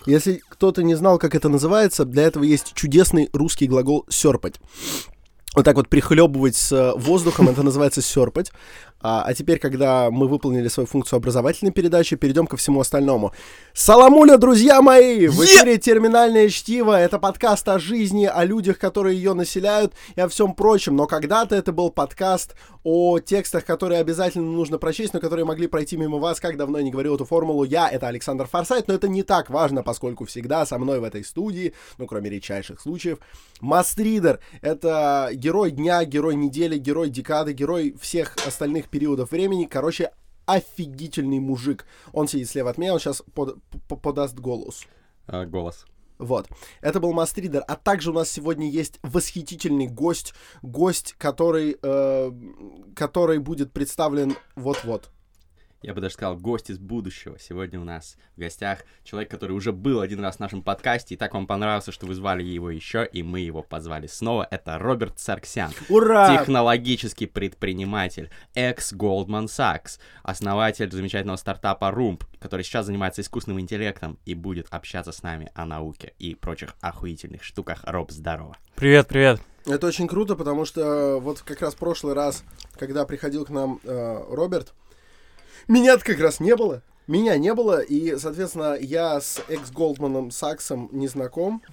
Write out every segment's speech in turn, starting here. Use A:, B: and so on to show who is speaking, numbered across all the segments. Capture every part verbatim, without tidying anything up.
A: Если кто-то не знал, как это называется, для этого есть чудесный русский глагол «сёрпать». Вот так вот прихлебывать с воздухом, это называется «сёрпать». А, а теперь, когда мы выполнили свою функцию образовательной передачи, перейдем ко всему остальному. Саламуля, друзья мои! В эфире «Терминальное чтиво». Это подкаст о жизни, о людях, которые ее населяют и о всем прочем. Но когда-то это был подкаст о текстах, которые обязательно нужно прочесть, но которые могли пройти мимо вас. Как давно я не говорил эту формулу. Я — это Александр Форсайт, но это не так важно, поскольку всегда со мной в этой студии, ну, кроме редчайших случаев, Мастридер. Это герой дня, герой недели, герой декады, герой всех остальных периодов времени. Короче, офигительный мужик. Он сидит слева от меня, он сейчас под, подаст голос.
B: А, голос.
A: Вот. Это был Мастридер. А также у нас сегодня есть восхитительный гость. Гость, который, э, который будет представлен вот-вот.
B: Я бы даже сказал, гость из будущего. Сегодня у нас в гостях человек, который уже был один раз в нашем подкасте, и так вам понравился, что вы звали его еще, и мы его позвали снова. Это Роберт Сарксян.
A: Ура!
B: Технологический предприниматель, экс-Goldman Sachs, основатель замечательного стартапа Rump, который сейчас занимается искусственным интеллектом и будет общаться с нами о науке и прочих охуительных штуках. Роб, здорово.
C: Привет, привет.
A: Это очень круто, потому что вот как раз в прошлый раз, когда приходил к нам э, Роберт, меня-то как раз не было. Меня не было, и, соответственно, я с экс-Голдманом Саксом не знаком.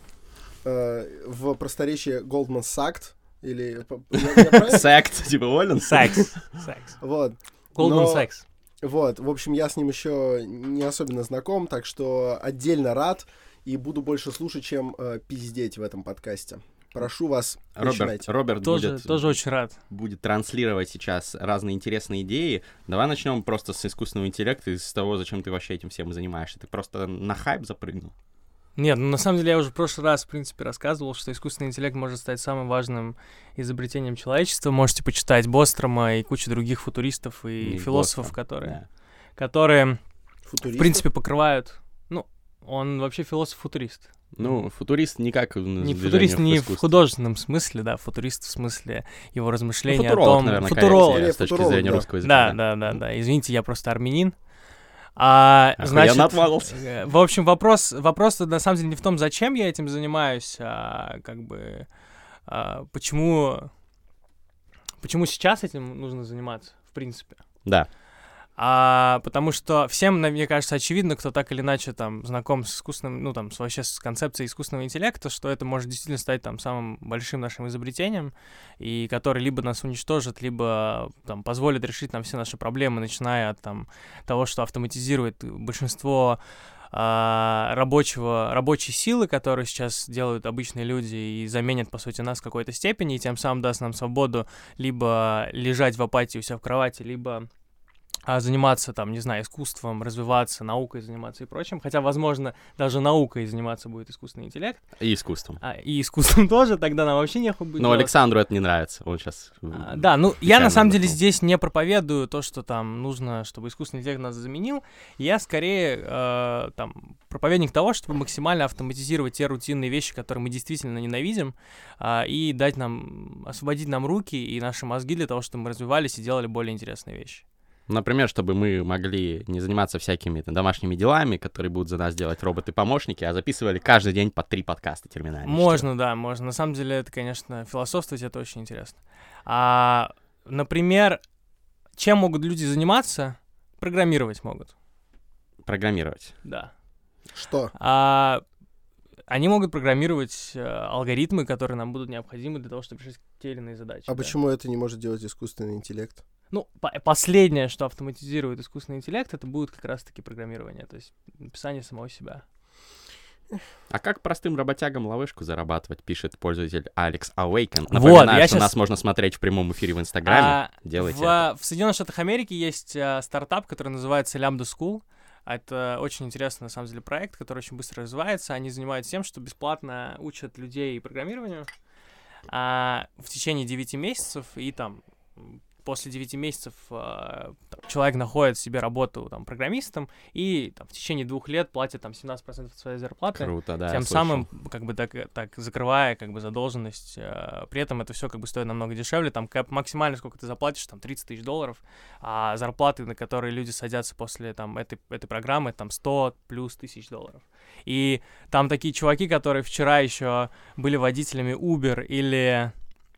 A: Э, в просторечии Goldman Sachs. Или...
B: Сакс, типа Волен?
C: Сакс.
A: Вот.
C: Goldman Sachs.
A: Вот, в общем, я с ним еще не особенно знаком, так что отдельно рад и буду больше слушать, чем э, пиздеть в этом подкасте. Прошу вас,
B: Роберт, Роберт
C: тоже,
B: будет,
C: тоже очень рад.
B: будет транслировать сейчас разные интересные идеи. Давай начнем просто с искусственного интеллекта и с того, зачем ты вообще этим всем занимаешься. Ты просто на хайп запрыгнул?
C: Нет, ну на самом деле я уже в прошлый раз, в принципе, рассказывал, что искусственный интеллект может стать самым важным изобретением человечества. Можете почитать Бострома и кучу других футуристов и
B: Не
C: философов,
B: Бостром,
C: которые,
B: да.
C: которые
A: Футуристов?
C: в принципе, покрывают... Ну, он вообще философ-футурист.
B: Ну, футурист никак в
C: Не
B: движении
C: футурист
B: в
C: не в
B: искусстве.
C: художественном смысле, да, футурист в смысле его размышления
B: Ну, футуролог,
C: о том...
B: наверное,
C: футуролог,
B: корректнее, с точки
A: футуролог,
B: зрения
A: да.
B: русского языка.
C: Да, да, да, да. Извините, я просто армянин. А,
B: Охуенно
C: значит,
B: отмазался.
C: э, в общем, вопрос, вопрос на самом деле не в том, зачем я этим занимаюсь, а как бы а, почему, почему сейчас этим нужно заниматься, в принципе.
B: Да.
C: А, потому что всем, мне кажется, очевидно, кто так или иначе там знаком с искусственным, ну там с, вообще с концепцией искусственного интеллекта, что это может действительно стать там самым большим нашим изобретением, и который либо нас уничтожит, либо там позволит решить нам все наши проблемы, начиная от там того, что автоматизирует большинство а, рабочего, рабочей силы, которую сейчас делают обычные люди и заменят, по сути, нас в какой-то степени, и тем самым даст нам свободу либо лежать в апатии у себя в кровати, либо а заниматься, там, не знаю, искусством, развиваться, наукой заниматься и прочим. Хотя, возможно, даже наукой заниматься будет искусственный интеллект.
B: И искусством.
C: А, и искусством тоже, тогда нам вообще нехуй будет
B: Но
C: делать.
B: Александру это не нравится. Он сейчас...
C: А, да, ну, я на самом деле
B: вздохнул.
C: здесь не проповедую то, что там нужно, чтобы искусственный интеллект нас заменил. Я скорее, э, там, проповедник того, чтобы максимально автоматизировать те рутинные вещи, которые мы действительно ненавидим, э, и дать нам, освободить нам руки и наши мозги для того, чтобы мы развивались и делали более интересные вещи.
B: Например, чтобы мы могли не заниматься всякими там, домашними делами, которые будут за нас делать роботы-помощники, а записывали каждый день по три подкаста терминальные.
C: Можно, да, можно. На самом деле это, конечно, философствовать, это очень интересно. А, например, чем могут люди заниматься? Программировать могут.
B: Программировать.
C: Да.
A: Что?
C: А, они могут программировать э, алгоритмы, которые нам будут необходимы для того, чтобы решить те или иные задачи.
A: А
C: да.
A: почему это не может делать искусственный интеллект?
C: Ну, по- последнее, что автоматизирует искусственный интеллект, это будет как раз-таки программирование, то есть написание самого себя.
B: А как простым работягам лавышку зарабатывать, пишет пользователь Алекс Awaken.
C: Вот,
B: Напоминаю,
C: я
B: что
C: щас-
B: нас можно смотреть в прямом эфире в Инстаграме.
C: А,
B: Делайте
C: в,
B: это.
C: в Соединенных Штатах Америки есть а, стартап, который называется Lambda School. Это очень интересный, на самом деле, проект, который очень быстро развивается. Они занимаются тем, что бесплатно учат людей программированию а, в течение девяти месяцев, и там после девяти месяцев э, там, человек находит себе работу там, программистом и там, в течение двух лет платит там, семнадцать процентов своей зарплаты.
B: Круто, да,
C: Тем
B: я
C: самым,
B: слышал.
C: как бы так, так закрывая как бы задолженность. Э, при этом это все как бы стоит намного дешевле. Там кэп, максимально сколько ты заплатишь, там тридцать тысяч долларов, а зарплаты, на которые люди садятся после там, этой, этой программы, там сто плюс тысяч долларов. И там такие чуваки, которые вчера еще были водителями Uber или...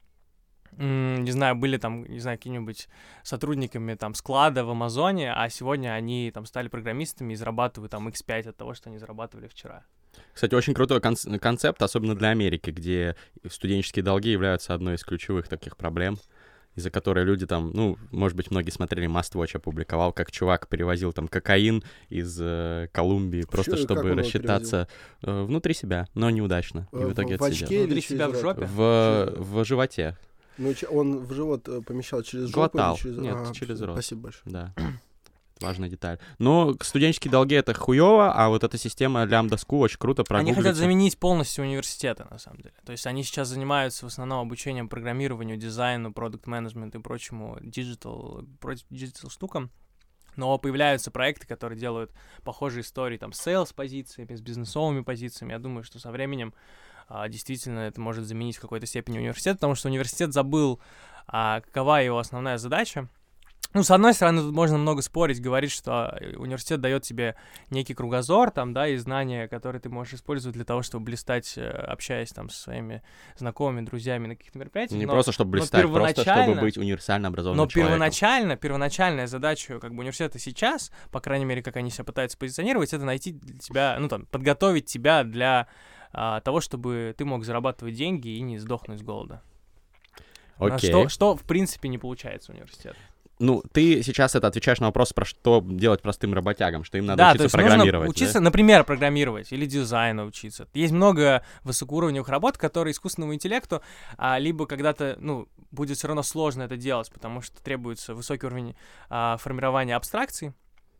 C: не знаю, были там, не знаю, какими-нибудь сотрудниками там склада в Амазоне, а сегодня они там стали программистами и зарабатывают там икс пять от того, что они зарабатывали вчера.
B: Кстати, очень крутой кон- концепт, особенно для Америки, где студенческие долги являются одной из ключевых таких проблем, из-за которой люди там, ну, может быть, многие смотрели, Must-Watch опубликовал, как чувак перевозил там кокаин из э, Колумбии, просто
A: Чё,
B: чтобы
A: как он его
B: рассчитаться э, внутри себя, но неудачно. И в,
A: В-
B: итоге
A: в
B: отсидел.
A: очке или
C: Внутри
A: через
C: себя в
A: рот?
C: жопе?
B: В, в животе,
A: Ну, че- он в живот э, помещал через жопу
B: Глотал.
A: или через...
B: Нет,
A: А,
B: через рот.
A: Спасибо большое.
B: да. Важная деталь. Но студенческие долги — это хуёво, а вот эта система Lambda School очень круто
C: Они хотят
B: прогуглится.
C: заменить полностью университеты, на самом деле. То есть они сейчас занимаются в основном обучением программированию, дизайну, продукт-менеджменту и прочему диджитал, диджитал штукам. Но появляются проекты, которые делают похожие истории там с сейлс-позициями, с бизнесовыми позициями. Я думаю, что со временем а, действительно это может заменить в какой-то степени университет, потому что университет забыл, а, какова его основная задача. Ну, с одной стороны, тут можно много спорить, говорить, что университет дает тебе некий кругозор, там, да, и знания, которые ты можешь использовать для того, чтобы блистать, общаясь там со своими знакомыми, друзьями на каких-то мероприятиях.
B: Не
C: но,
B: просто чтобы
C: но
B: блистать, просто чтобы
C: первоначально-
B: быть универсально образованным
C: но
B: человеком.
C: первоначально, первоначальная задача как бы университета сейчас, по крайней мере, как они себя пытаются позиционировать, это найти для тебя, ну там, подготовить тебя для а, того, чтобы ты мог зарабатывать деньги и не сдохнуть с голода. А
B: Окей.
C: Что, что, в принципе, не получается у университета.
B: Ну, ты сейчас это отвечаешь на вопрос, про что делать простым работягам, что им надо
C: Да, то
B: учиться
C: есть
B: программировать.
C: нужно учиться,
B: да?
C: например, программировать или дизайну учиться. Есть много высокоуровневых работ, которые искусственному интеллекту а, либо когда-то, ну, будет все равно сложно это делать, потому что требуется высокий уровень а, формирования абстракций,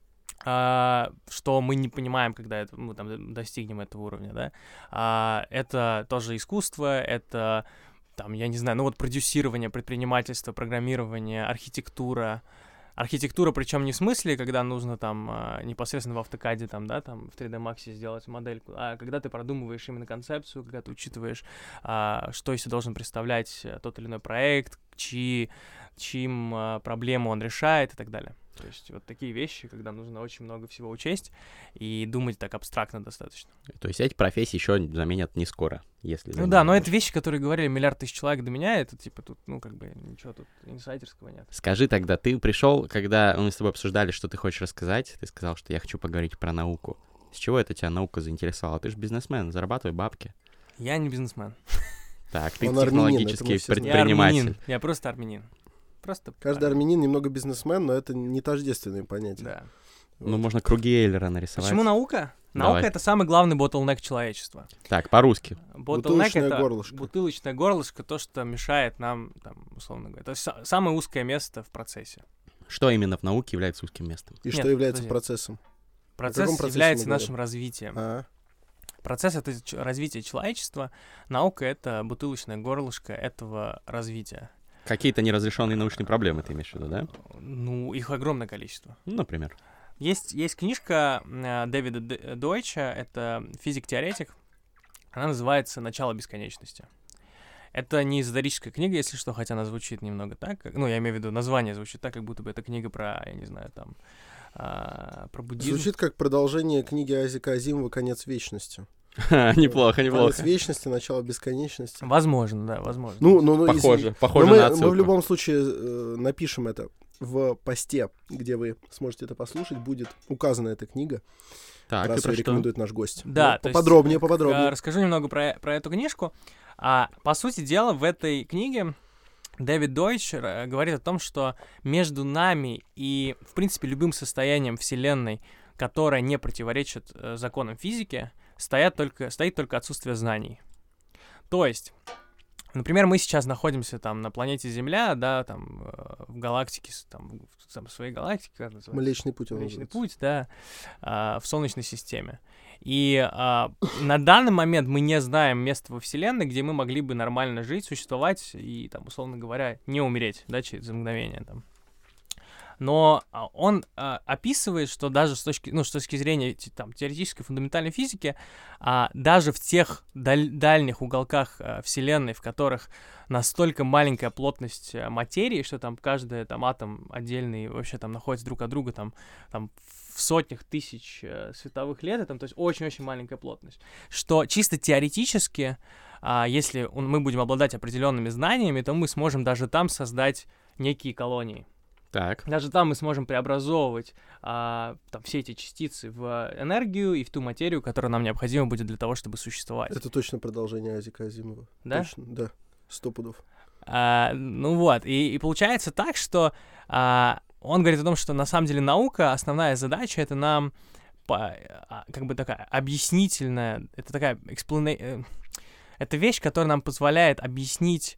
C: а, что мы не понимаем, когда это, мы там достигнем этого уровня, да. А, это тоже искусство, это... Там, я не знаю, ну вот продюсирование, предпринимательство, программирование, архитектура. Архитектура, причем не в смысле, когда нужно там а, непосредственно в автокаде, там, да, там в три дэ Max сделать модельку, а когда ты продумываешь именно концепцию, когда ты учитываешь, а, что из себя должен представлять тот или иной проект, чьи, чьим а, проблему он решает и так далее. То есть вот такие вещи, когда нужно очень много всего учесть и думать так абстрактно достаточно.
B: То есть эти профессии еще заменят не скоро, если...
C: Ну да, но это вещи, которые говорили миллиард тысяч человек до меня, это типа тут, ну как бы ничего тут инсайдерского нет.
B: Скажи тогда, ты пришел, когда мы с тобой обсуждали, что ты хочешь рассказать, ты сказал, что я хочу поговорить про науку. С чего это тебя наука заинтересовала? Ты же бизнесмен, зарабатывай бабки.
C: Я не бизнесмен.
B: Так, ты
A: Он армянин, это
B: технологический
A: мы все знаем.
C: Я
B: предприниматель.
C: армянин. Я просто армянин. Просто
A: Каждый армянин немного бизнесмен, но это не тождественные понятия.
C: Да.
B: Ну, можно круги Эйлера нарисовать.
C: Почему наука?
B: Давай.
C: Наука — это самый главный bottleneck человечества.
B: Так, по-русски.
C: Bottleneck —
A: Бутылочное
C: это
A: горлышко.
C: бутылочное горлышко, то, что мешает нам, там, условно говоря. Это са- самое узкое место в процессе.
B: Что именно в науке является узким местом?
A: И
C: Нет,
A: что является
C: подожди.
A: процессом?
C: Процесс
A: каком процессе
C: является
A: мы говорим?
C: нашим развитием.
A: А,
C: Процесс — это ч- развитие человечества. Наука — это бутылочное горлышко этого развития.
B: Какие-то неразрешенные научные проблемы ты имеешь в виду, да?
C: Ну, их огромное количество.
B: Ну, например.
C: Есть, есть книжка э, Дэвида Д- Дойча, это физик-теоретик. Она называется «Начало бесконечности». Это не эзотерическая книга, если что, хотя она звучит немного так. как- Ну, я имею в виду, название звучит так, как будто бы это книга про, я не знаю, там, а, про буддизм.
A: звучит как продолжение книги Айзека Азимова «Конец вечности».
B: Неплохо,
A: Конец
B: неплохо.
A: вечности, начало бесконечности.
C: Возможно, да, возможно.
A: Ну, ну, ну,
B: Похоже,
A: извини.
B: похоже
A: Но мы,
B: на
A: мы в
B: отсылку.
A: любом случае э, напишем это в посте, где вы сможете это послушать, будет указана эта книга,
B: Так,
A: раз
B: ты про
A: ее
B: что?
A: рекомендует наш гость.
C: Да,
A: Ну,
C: то есть,
A: поподробнее,
C: э,
A: поподробнее.
C: э, Расскажу немного про, про эту книжку. А, по сути дела, в этой книге Дэвид Дойч э, говорит о том, что между нами и, в принципе, любым состоянием Вселенной, которое не противоречит э, законам физики, стоят только, стоит только отсутствие знаний. То есть Например, мы сейчас находимся там на планете Земля, да, там э, в галактике, с- там, в там, своей галактике, как называется?
A: Млечный путь. он
C: Млечный
A: называется.
C: путь, да, а, в Солнечной системе. И а, на данный момент мы не знаем места во Вселенной, где мы могли бы нормально жить, существовать и, там, условно говоря, не умереть, да, через мгновение, там. Но а, он а, описывает, что даже с точки, ну, с точки зрения те- там, теоретической фундаментальной физики, а, даже в тех даль- дальних уголках а, Вселенной, в которых настолько маленькая плотность а, материи, что там каждый там, атом отдельный вообще там находится друг от друга там, там в сотнях тысяч э, световых лет, и там, то есть очень-очень маленькая плотность, что чисто теоретически, а, если он- мы будем обладать определенными знаниями, то мы сможем даже там создать некие колонии.
B: Так.
C: Даже там мы сможем преобразовывать а, там, все эти частицы в энергию и в ту материю, которая нам необходима будет для того, чтобы существовать.
A: Это точно продолжение Азика Азимова.
C: Да?
A: Точно, да. Сто пудов.
C: А, ну вот, и, и получается так, что а, он говорит о том, что на самом деле наука, основная задача — это нам по- а, как бы такая объяснительная, это такая эксплана... э, это вещь, которая нам позволяет объяснить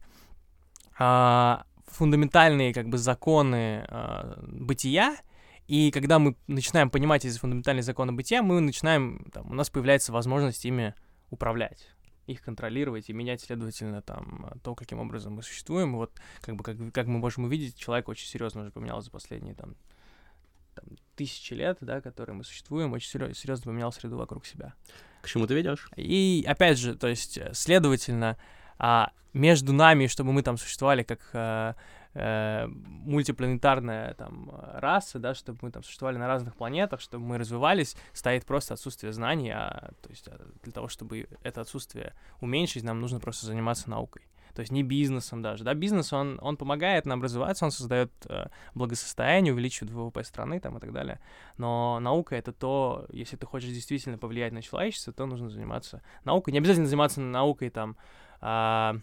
C: а, фундаментальные как бы законы а, бытия, и когда мы начинаем понимать эти фундаментальные законы бытия, мы начинаем, там, у нас появляется возможность ими управлять, их контролировать и менять, следовательно, там, то, каким образом мы существуем. И вот, как бы, как, как мы можем увидеть, человек очень серьезно уже поменялся за последние, там, там, тысячи лет, да, которые мы существуем, очень серьезно, серьезно поменял среду вокруг себя.
B: К чему ты ведешь?
C: И, опять же, то есть, э, следовательно, а, между нами, чтобы мы там существовали как э, э, мультипланетарная там э, раса, да, чтобы мы там существовали на разных планетах, чтобы мы развивались, стоит просто отсутствие знаний, а, то есть а, для того, чтобы это отсутствие уменьшить, нам нужно просто заниматься наукой. То есть не бизнесом даже, да, бизнес, он, он помогает нам развиваться, он создает э, благосостояние, увеличивает вэ вэ пэ страны там и так далее, но наука — это то, если ты хочешь действительно повлиять на человечество, то нужно заниматься наукой, не обязательно заниматься наукой там, а,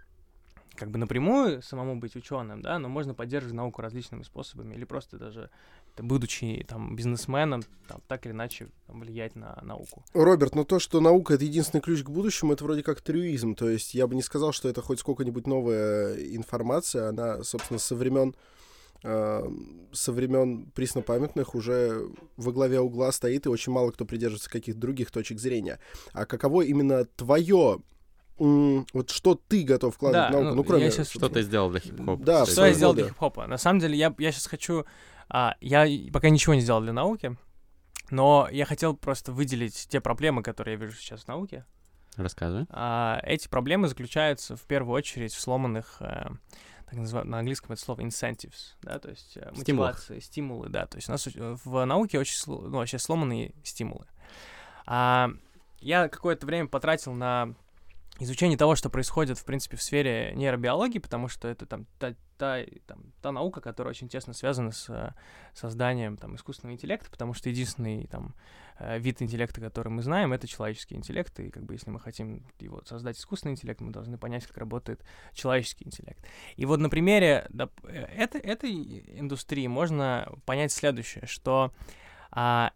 C: как бы напрямую самому быть ученым, да, но можно поддерживать науку различными способами или просто даже, будучи там бизнесменом, там, так или иначе там, влиять на науку.
A: Роберт, но то, что наука — это единственный ключ к будущему, это вроде как трюизм. То есть я бы не сказал, что это хоть сколько-нибудь новая информация. Она, собственно, со времен э, со времен преснопамятных уже во главе угла стоит, и очень мало кто придерживается каких-то других точек зрения. А каково именно твое... м, Вот что ты готов вкладывать
C: Да,
A: в науку?
C: ну,
A: Ну, кроме...
C: я щас-
B: Что ты сделал для хип-хопа?
A: Да,
C: Что я
A: в
C: сделал
A: годы.
C: для хип-хопа? На самом деле, я, я сейчас хочу... а, я и- пока ничего не сделал для науки, но я хотел просто выделить те проблемы, которые я вижу сейчас в науке.
B: Рассказывай.
C: А, эти проблемы заключаются в первую очередь в сломанных, э, так называемых, на английском это слово incentives, да, то есть э,
B: Стимулах.
C: мотивации, стимулы, да, то есть у нас э, в науке очень, сло- ну, вообще сломанные стимулы. А, я какое-то время потратил на изучение того, что происходит, в принципе, в сфере нейробиологии, потому что это там та, та, там, та наука, которая очень тесно связана с э, созданием там, искусственного интеллекта, потому что единственный там, э, вид интеллекта, который мы знаем, это человеческий интеллект, и как бы если мы хотим его создать искусственный интеллект, мы должны понять, как работает человеческий интеллект. И вот на примере доп- э, этой, этой индустрии можно понять следующее, что а,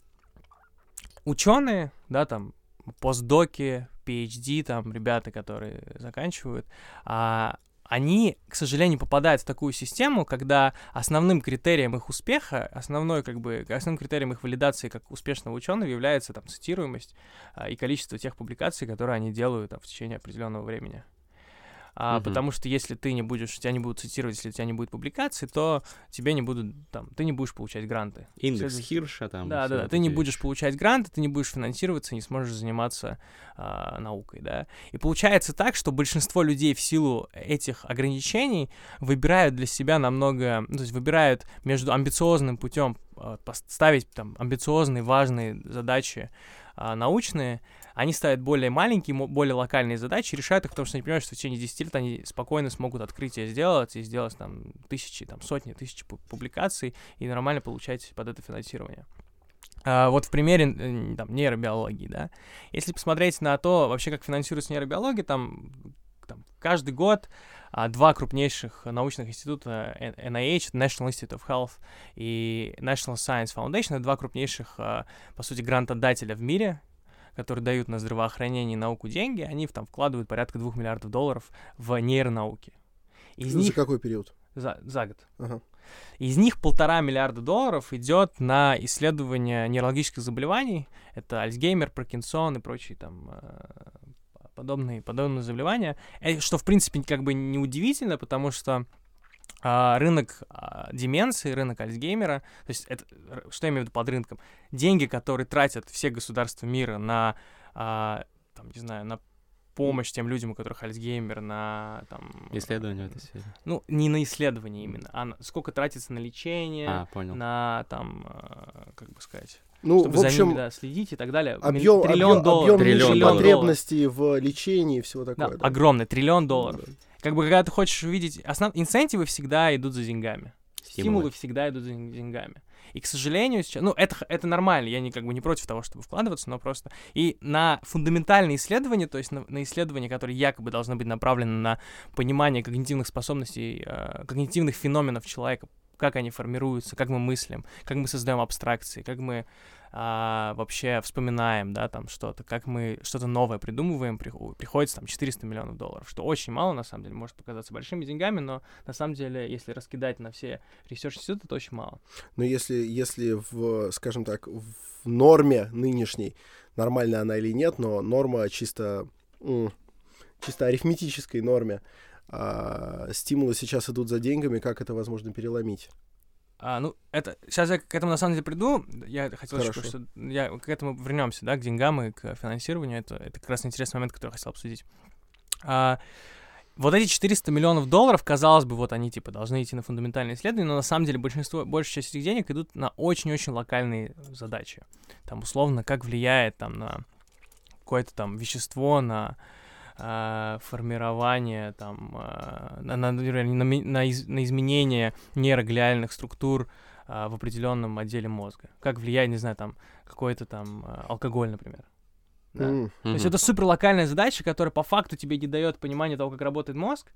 C: ученые, да, там, постдоки, пи эйч ди, там, ребята, которые заканчивают, а, они, к сожалению, попадают в такую систему, когда основным критерием их успеха, основной, как бы, основным критерием их валидации как успешного ученого является там цитируемость а, и количество тех публикаций, которые они делают там, в течение определенного времени. А,
B: Мгм.
C: Потому что если ты не будешь, тебя не будут цитировать, если у тебя не будет публикаций, то тебе не будут, там, ты не будешь получать гранты.
B: Индекс
C: Следует-
B: Хирша там.
C: Да,
B: всё
C: да, да.
B: вот
C: Ты не
B: эти
C: будешь
B: вещи.
C: получать гранты, ты не будешь финансироваться, не сможешь заниматься а, наукой, да. И получается так, что большинство людей в силу этих ограничений выбирают для себя намного, ну, то есть выбирают между амбициозным путем а, поставить там амбициозные, важные задачи а, научные, они ставят более маленькие, мо- более локальные задачи, решают их, потому что они понимают, что в течение десяти лет они спокойно смогут открытие сделать и сделать там тысячи, там сотни тысяч пу- публикаций и нормально получать под это финансирование. А, вот в примере э, там, нейробиологии, да, если посмотреть на то, вообще, как финансируется нейробиология, там, там каждый год а, два крупнейших научных института эн ай эйч, National Institute of Health и National Science Foundation, это два крупнейших, а, по сути, грантодателя в мире, которые дают на здравоохранение и науку деньги, они там вкладывают порядка двух миллиардов долларов в нейронауки. Из
A: За
C: них...
A: какой период?
C: За, за год.
A: Ага.
C: Из них полтора миллиарда долларов идет на исследование неврологических заболеваний. Это Альцгеймер, Паркинсон и прочие там подобные, подобные заболевания. Что, в принципе, как бы неудивительно, потому что а, рынок а, деменции, рынок Альцгеймера, то есть это, что я имею в виду под рынком? Деньги, которые тратят все государства мира на, а, там, не знаю, на помощь тем людям, у которых Альцгеймер, на там...
B: Исследования в этой сфере.
C: Ну, не на исследование именно, а на, сколько тратится на лечение,
B: а, понял.
C: на там, как бы сказать...
A: Ну,
C: чтобы
A: в общем,
C: за ними, да, следить и так далее.
A: Объем,
C: триллион
A: объем,
C: долларов.
A: объем
B: триллион
A: ниши
B: долларов.
A: потребностей в лечении и всего такого.
C: Да,
A: Да,
C: огромный, триллион долларов.
A: Да.
C: Как бы, когда ты хочешь увидеть... Основ... Инцентивы всегда идут за деньгами.
B: Стимулы.
C: Стимулы всегда идут за деньгами. И, к сожалению, сейчас... Ну, это, это нормально, я не, как бы не против того, чтобы вкладываться, но просто... И на фундаментальные исследования, то есть на, на исследования, которые якобы должны быть направлены на понимание когнитивных способностей, э, когнитивных феноменов человека, как они формируются, как мы мыслим, как мы создаем абстракции, как мы а, вообще вспоминаем, да, там что-то, как мы что-то новое придумываем, при, приходится там четыреста миллионов долларов, что очень мало, на самом деле, может показаться большими деньгами, но на самом деле, если раскидать на все ресерч-институты, то очень мало.
A: Но если, если в, скажем так, в норме нынешней, нормальная она или нет, но норма чисто, м, чисто арифметической норме, а, стимулы сейчас идут за деньгами, как это возможно переломить?
C: А, ну, это... Сейчас я к этому, на самом деле, приду. Я хотел еще
A: Хорошо.
C: что... Я к этому вернемся, да, к деньгам и к финансированию. Это, это как раз интересный момент, который я хотел обсудить. А, вот эти четыреста миллионов долларов, казалось бы, вот они, типа, должны идти на фундаментальные исследования, но на самом деле большинство, большая часть этих денег идут на очень-очень локальные задачи. Там, условно, как влияет там на какое-то там вещество, на... формирование, там, на, на, на, на, из, на изменение нейроглиальных структур а, в определенном отделе мозга. Как влияет, не знаю, там, какой-то там алкоголь, например. Да?
A: Mm.
C: То есть это суперлокальная задача, которая по факту тебе не дает понимания того, как работает мозг.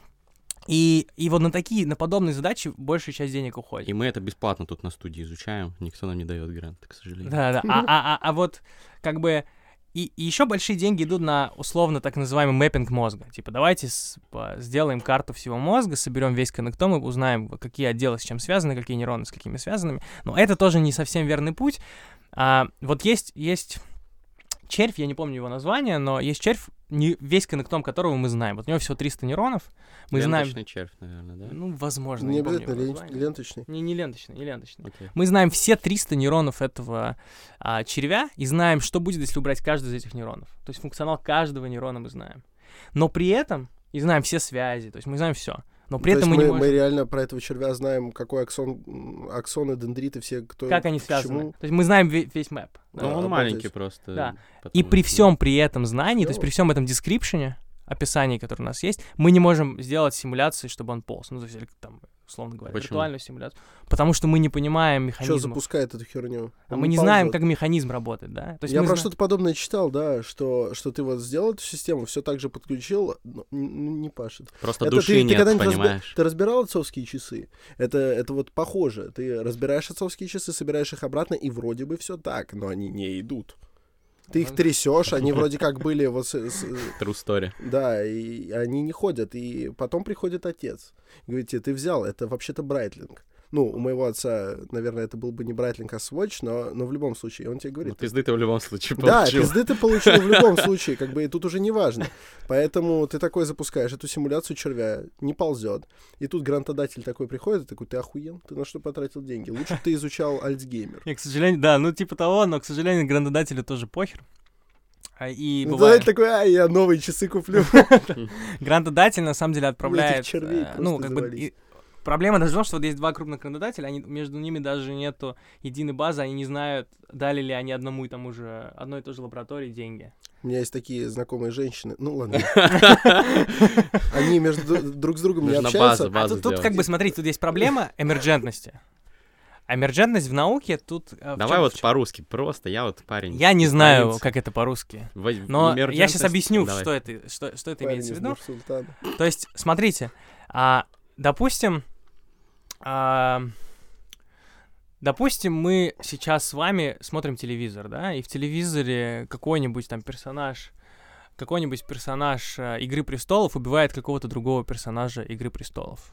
C: И, и вот на такие, на подобные задачи большая часть денег уходит.
B: И мы это бесплатно тут на студии изучаем. Никто нам не дает гранты, к сожалению.
C: Да-да. А, а, а, а вот как бы... И, и еще большие деньги идут на условно так называемый мэппинг мозга. Типа, давайте с, по, сделаем карту всего мозга, соберем весь коннектом и узнаем, какие отделы с чем связаны, какие нейроны с какими связанными. Но это тоже не совсем верный путь. А, вот есть, есть червь, я не помню его название, но есть червь, не, весь коннектом которого мы знаем. Вот у него всего триста нейронов. Мы
B: Ленточный
C: знаем...
B: червь, наверное, да?
C: Ну, возможно,
A: Не
C: не помню
A: обязательно
C: его
A: лен-
C: название.
A: ленточный.
C: Не, не ленточный, не ленточный.
B: Окей.
C: Мы знаем все триста нейронов этого а, червя и знаем, что будет, если убрать каждый из этих нейронов. То есть функционал каждого нейрона мы знаем. Но при этом и знаем все связи, то есть мы знаем все. Но при
A: То
C: этом
A: есть
C: мы,
A: мы,
C: не можем...
A: мы реально про этого червя знаем, какой аксон, аксоны, дендриты, все, кто...
C: Как они
A: к
C: связаны.
A: чему.
C: То есть мы знаем ве- весь мэп.
B: Ну,
A: Да,
B: он
A: обалдеть.
B: маленький просто.
C: Да.
B: потому
C: И при
B: что-
C: всем при этом знании, то есть
A: Клёво.
C: при всем этом дескрипшене, описании, которое у нас есть, мы не можем сделать симуляции, чтобы он полз. Ну, то есть, или, там, условно говоря,
B: Почему?
C: виртуальную симуляцию. Потому что мы не понимаем
A: Что
C: механизмов.
A: запускает эту херню?
C: А
A: Он
C: мы не
A: ползет.
C: знаем, как механизм работает, да? То есть
A: Я
C: мы
A: про
C: зна-
A: что-то подобное читал, да, что, что ты вот сделал эту систему, все так же подключил, но н- не пашет.
B: Просто
A: Это
B: души
A: ты, ты
B: нет,
A: когда-нибудь разб-
B: понимаешь?
A: Ты разбирал отцовские часы? Это, это вот похоже. Ты разбираешь отцовские часы, собираешь их обратно, и вроде бы все так, но они не идут. Ты их трясешь, они вроде как были вот... с- с-
B: True story.
A: да, и они не ходят. И потом приходит отец. И говорит тебе, ты взял, это вообще-то Брайтлинг. Ну, у моего отца, наверное, это был бы не Брайтлинг, а Swatch, но, но в любом случае, он тебе
B: Ну,
A: говорит...
B: пизды ты в любом случае
A: Да,
B: получил.
A: пизды ты получил в любом случае, как бы, и тут уже не важно. Поэтому ты такой запускаешь эту симуляцию червя, не ползет. И тут грантодатель такой приходит, и такой, ты охуел? Ты на что потратил деньги? Лучше бы ты изучал Альцгеймер.
C: И, к сожалению, да, ну типа того, но, к сожалению, грандодателю тоже похер. А, И
A: Ну,
C: бывает...
A: Грантодатель такой, а, я новые часы куплю.
C: Грандодатель, на самом деле, отправляет...
A: червей
C: э, ну,
A: просто
C: как бы...
A: завались.
C: и- Проблема даже в том, что вот есть два крупных грандодателя, они, между ними даже нету единой базы, они не знают, дали ли они одному и тому же, одной и той же лаборатории деньги.
A: У меня есть такие знакомые женщины. Ну, ладно. Они между друг с другом не
B: Нужна
A: общаются.
B: база,
C: А
B: базу
C: тут, тут
B: сделать.
C: как бы, смотрите, тут есть проблема эмерджентности. А эмерджентность в науке тут... э, в
B: Давай
C: чём-
B: вот
C: в чём-
B: по-русски, просто я вот парень.
C: Я не
B: из
C: знаю,
B: провинции.
C: как это по-русски.
B: В-
C: Но я
B: эмерджентность-
C: сейчас объясню,
B: Давай.
C: что это, что, что это
A: Парень
C: имеется в
A: из
C: виду.
A: Нур-Султана.
C: То есть, смотрите, а, допустим, а, допустим, мы сейчас с вами смотрим телевизор, да, и в телевизоре какой-нибудь там персонаж, какой-нибудь персонаж э, «Игры престолов» убивает какого-то другого персонажа «Игры престолов».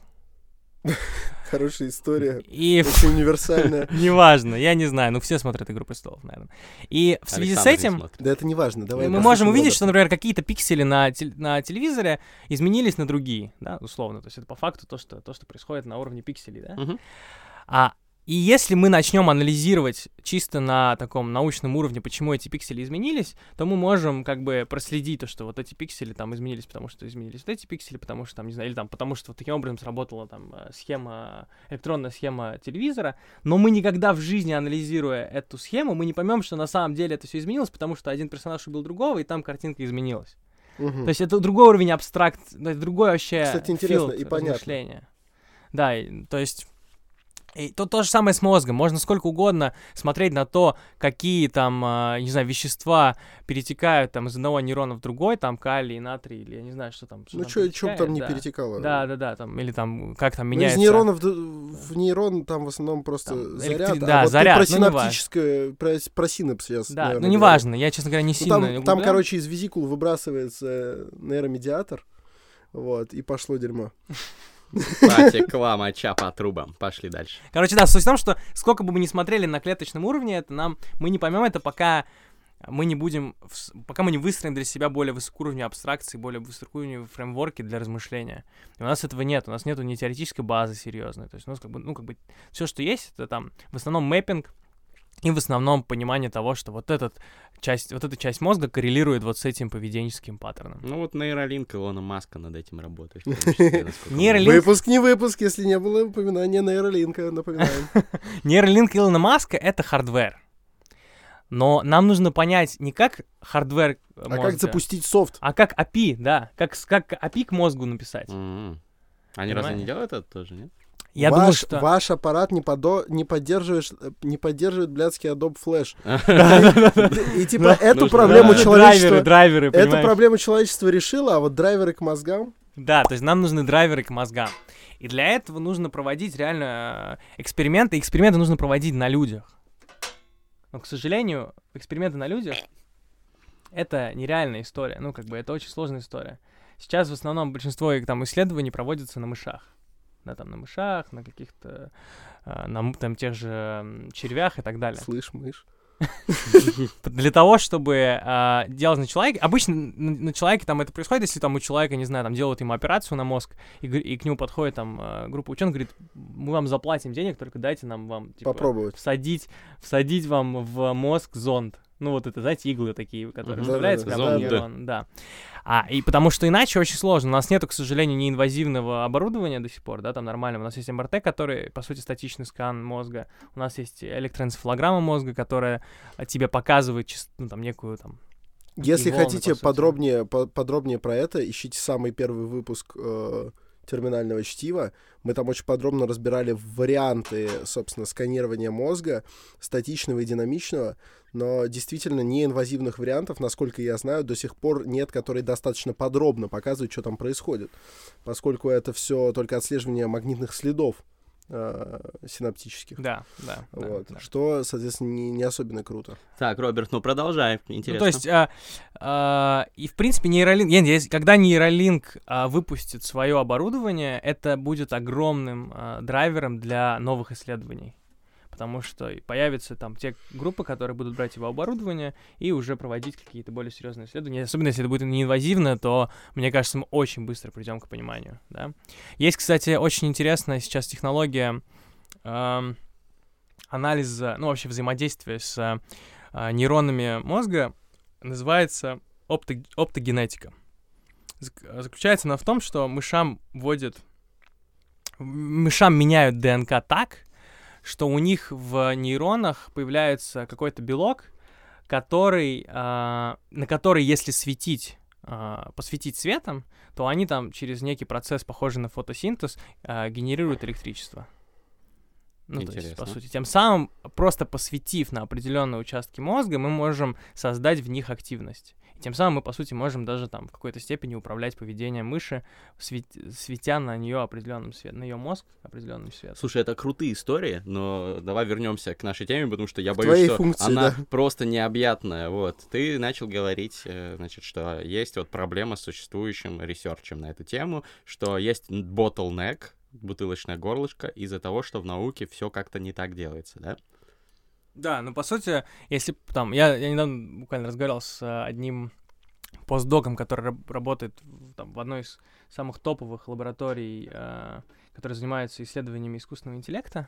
A: Хорошая история.
C: И
A: очень универсальная.
C: Неважно, я не знаю, ну все смотрят «Игру престолов», наверное. И в связи с этим
A: да это не важно, давай.
C: мы можем увидеть, что, например, какие-то пиксели на, тел- на телевизоре изменились на другие, да, условно. То есть это по факту то, что, то, что происходит на уровне пикселей, да.
B: Мгм.
C: А, и если мы начнем анализировать чисто на таком научном уровне, почему эти пиксели изменились, то мы можем как бы проследить то, что вот эти пиксели там изменились, потому что изменились вот эти пиксели, потому что там, не знаю, или там потому что вот таким образом сработала там э, схема, электронная схема телевизора, но мы никогда в жизни, анализируя эту схему, мы не поймем, что на самом деле это все изменилось, потому что один персонаж убил другого, и там картинка изменилась.
A: Мгм.
C: То есть это другой уровень абстракт, это другой вообще
A: Кстати, интересно
C: филд
A: и понятно.
C: размышления. Да, и, то есть... И то, то же самое с мозгом. Можно сколько угодно смотреть на то, какие там, э, не знаю, вещества перетекают там из одного нейрона в другой, там калий, натрий, или я не знаю, что там. Что
A: Ну
C: там
A: что там
C: перетекает,
A: не
C: да.
A: перетекало?
C: Да, да, да, там, или там, как там
A: Ну,
C: меняется...
A: из нейронов д- в нейрон там в основном просто
C: Там
A: заряд,
C: электри-
A: а
C: да,
A: вот
C: заряд,
A: ты про
C: ну, не важно.
A: синаптическое, про, про синапс сейчас,
C: Да,
A: наверное,
C: ну неважно, я, честно говоря, не
A: Ну,
C: сильно...
A: там, там,
C: углубляюсь.
A: короче, из визикул выбрасывается нейромедиатор, вот, и пошло дерьмо.
B: Потекла моча по трубам. Пошли дальше.
C: Короче, да, суть в том, что сколько бы мы ни смотрели на клеточном уровне, это нам, мы не поймем это, пока мы не будем, в- пока мы не выстроим для себя более высокоуровневые абстракции, более высокоуровневые фреймворки для размышления. И у нас этого нет, у нас нету ни теоретической базы серьезной. То есть у нас как бы, ну, как бы все, что есть, это там в основном мэппинг и в основном понимание того, что вот, этот часть, вот эта часть мозга коррелирует вот с этим поведенческим паттерном.
B: Ну вот нейролинк Илона Маска над этим работает. в том числе, насколько мне
C: Нейролинк-
A: Выпуск не выпуск, если не было упоминания нейролинка, напоминаем.
C: Нейролинк Илона Маска — это хардвер. Но нам нужно понять не как хардвер
A: А
C: мозга,
A: как запустить софт?
C: а как эй пи ай, да, как, с- как эй пи ай к мозгу написать.
B: М-м. Они разве не
C: Понимаешь?
B: делают это тоже, нет?
C: Я
A: ваш,
C: думаю, что...
A: ваш аппарат не, подо... не, поддерживаешь... не поддерживает блядский Adobe Flash. И типа эту
B: Нужно,
A: проблему
B: да.
A: человечества...
C: Драйверы, драйверы,
A: Эту
C: понимаешь?
A: проблему человечество решило, а вот драйверы к мозгам...
C: Да, то есть нам нужны драйверы к мозгам. И для этого нужно проводить реально э, эксперименты. Эксперименты нужно проводить на людях. Но, к сожалению, эксперименты на людях — это нереальная история. Ну, как бы, это очень сложная история. Сейчас в основном большинство их, там, исследований проводятся на мышах. Да, там, на мышах, на каких-то, э, на м- там, тех же м, червях и так далее.
A: Слышь, мышь.
C: Для того, чтобы э, делать на человеке... Обычно на, на человеке там это происходит, если там у человека, не знаю, там делают ему операцию на мозг, и, г- и к нему подходит там э, группа ученых, говорит, мы вам заплатим денег, только дайте нам вам, типа,
A: Попробовать.
C: всадить, всадить вам в мозг зонд. Ну, вот это, знаете, иглы такие, которые
B: Мгм.
C: вставляются
A: Да-да-да.
C: прямо в
B: Зонды.
C: нейрон, да. А, и потому что иначе очень сложно. У нас нету, к сожалению, неинвазивного оборудования до сих пор, да, там нормально. У нас есть эм эр тэ, который, по сути, статичный скан мозга. У нас есть электроэнцефалограмма мозга, которая а, тебе показывает, чис- ну, там, некую, там...
A: Если
C: волны,
A: хотите
C: по сути.
A: подробнее, по- подробнее про это, ищите самый первый выпуск э, терминального чтива. Мы там очень подробно разбирали варианты, собственно, сканирования мозга, статичного и динамичного, но действительно неинвазивных вариантов, насколько я знаю, до сих пор нет, которые достаточно подробно показывают, что там происходит, поскольку это все только отслеживание магнитных следов э, синаптических.
C: Да, да. да,
A: Вот.
C: да.
A: Что, соответственно, не, не особенно круто.
B: Так, Роберт, ну продолжай,
C: Ну,
B: интересно.
C: то есть, а, а, и в принципе, нейролинк, я не знаю, если- когда нейролинк а, выпустит свое оборудование, это будет огромным а, драйвером для новых исследований. Потому что и появятся там те группы, которые будут брать его оборудование и уже проводить какие-то более серьезные исследования. Особенно если это будет неинвазивно, то, мне кажется, мы очень быстро придем к пониманию. Да? Есть, кстати, очень интересная сейчас технология эм, анализа, ну, вообще взаимодействия с э, нейронами мозга, называется опто- оптогенетика. Зак- Заключается она в том, что мышам вводят... Мышам меняют ДНК так, что у них в нейронах появляется какой-то белок, который, а, на который, если светить, а, посветить светом, то они там через некий процесс, похожий на фотосинтез, а, генерируют электричество. Ну, то есть,
B: Интересно.
C: по сути, тем самым, просто посвятив на определенные участки мозга, мы можем создать в них активность. И тем самым мы, по сути, можем даже там в какой-то степени управлять поведением мыши, свет- светя на нее определенным светом, на ее мозг определенным светом.
B: Слушай, это крутые истории, но давай вернемся к нашей теме, потому что я
A: К
B: боюсь,
A: твоей
B: что
A: функции,
B: она
A: да.
B: просто необъятная. Вот. Ты начал говорить, э, значит, что есть вот проблема с существующим ресерчем на эту тему, что есть bottleneck, бутылочное горлышко, из-за того, что в науке все как-то не так делается, да?
C: Да, ну, по сути, если там... Я, я недавно буквально разговаривал с а, одним постдоком, который раб- работает в, там, в одной из самых топовых лабораторий, а, которые занимаются исследованиями искусственного интеллекта.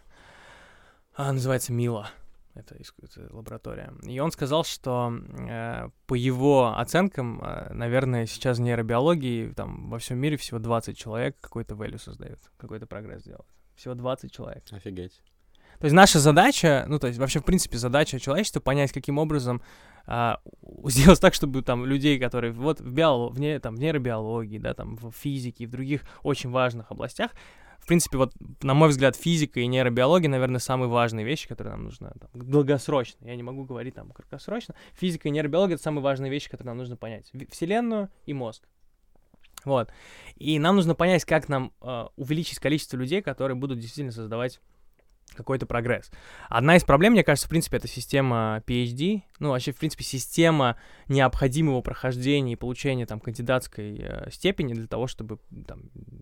C: А, называется МИЛА. Это, иску- это лаборатория. И он сказал, что э, по его оценкам, э, наверное, сейчас в нейробиологии там, во всем мире всего двадцать человек какой-то value создают, какой-то прогресс делают. Всего двадцать человек.
B: Офигеть.
C: То есть наша задача, ну, то есть вообще, в принципе, задача человечества понять, каким образом а, сделать так, чтобы там людей, которые вот в, биоло... в, не... там, в нейробиологии, да, там, в физике и в других очень важных областях, в принципе, вот, на мой взгляд, физика и нейробиология, наверное, самые важные вещи, которые нам нужно там, долгосрочно. Я не могу говорить там краткосрочно. Физика и нейробиология — это самые важные вещи, которые нам нужно понять. В- Вселенную и мозг. Вот. И нам нужно понять, как нам э, увеличить количество людей, которые будут действительно создавать какой-то прогресс. Одна из проблем, мне кажется, в принципе, это система пи эйч ди, ну, вообще, в принципе, система необходимого прохождения и получения там кандидатской э, степени для того, чтобы там,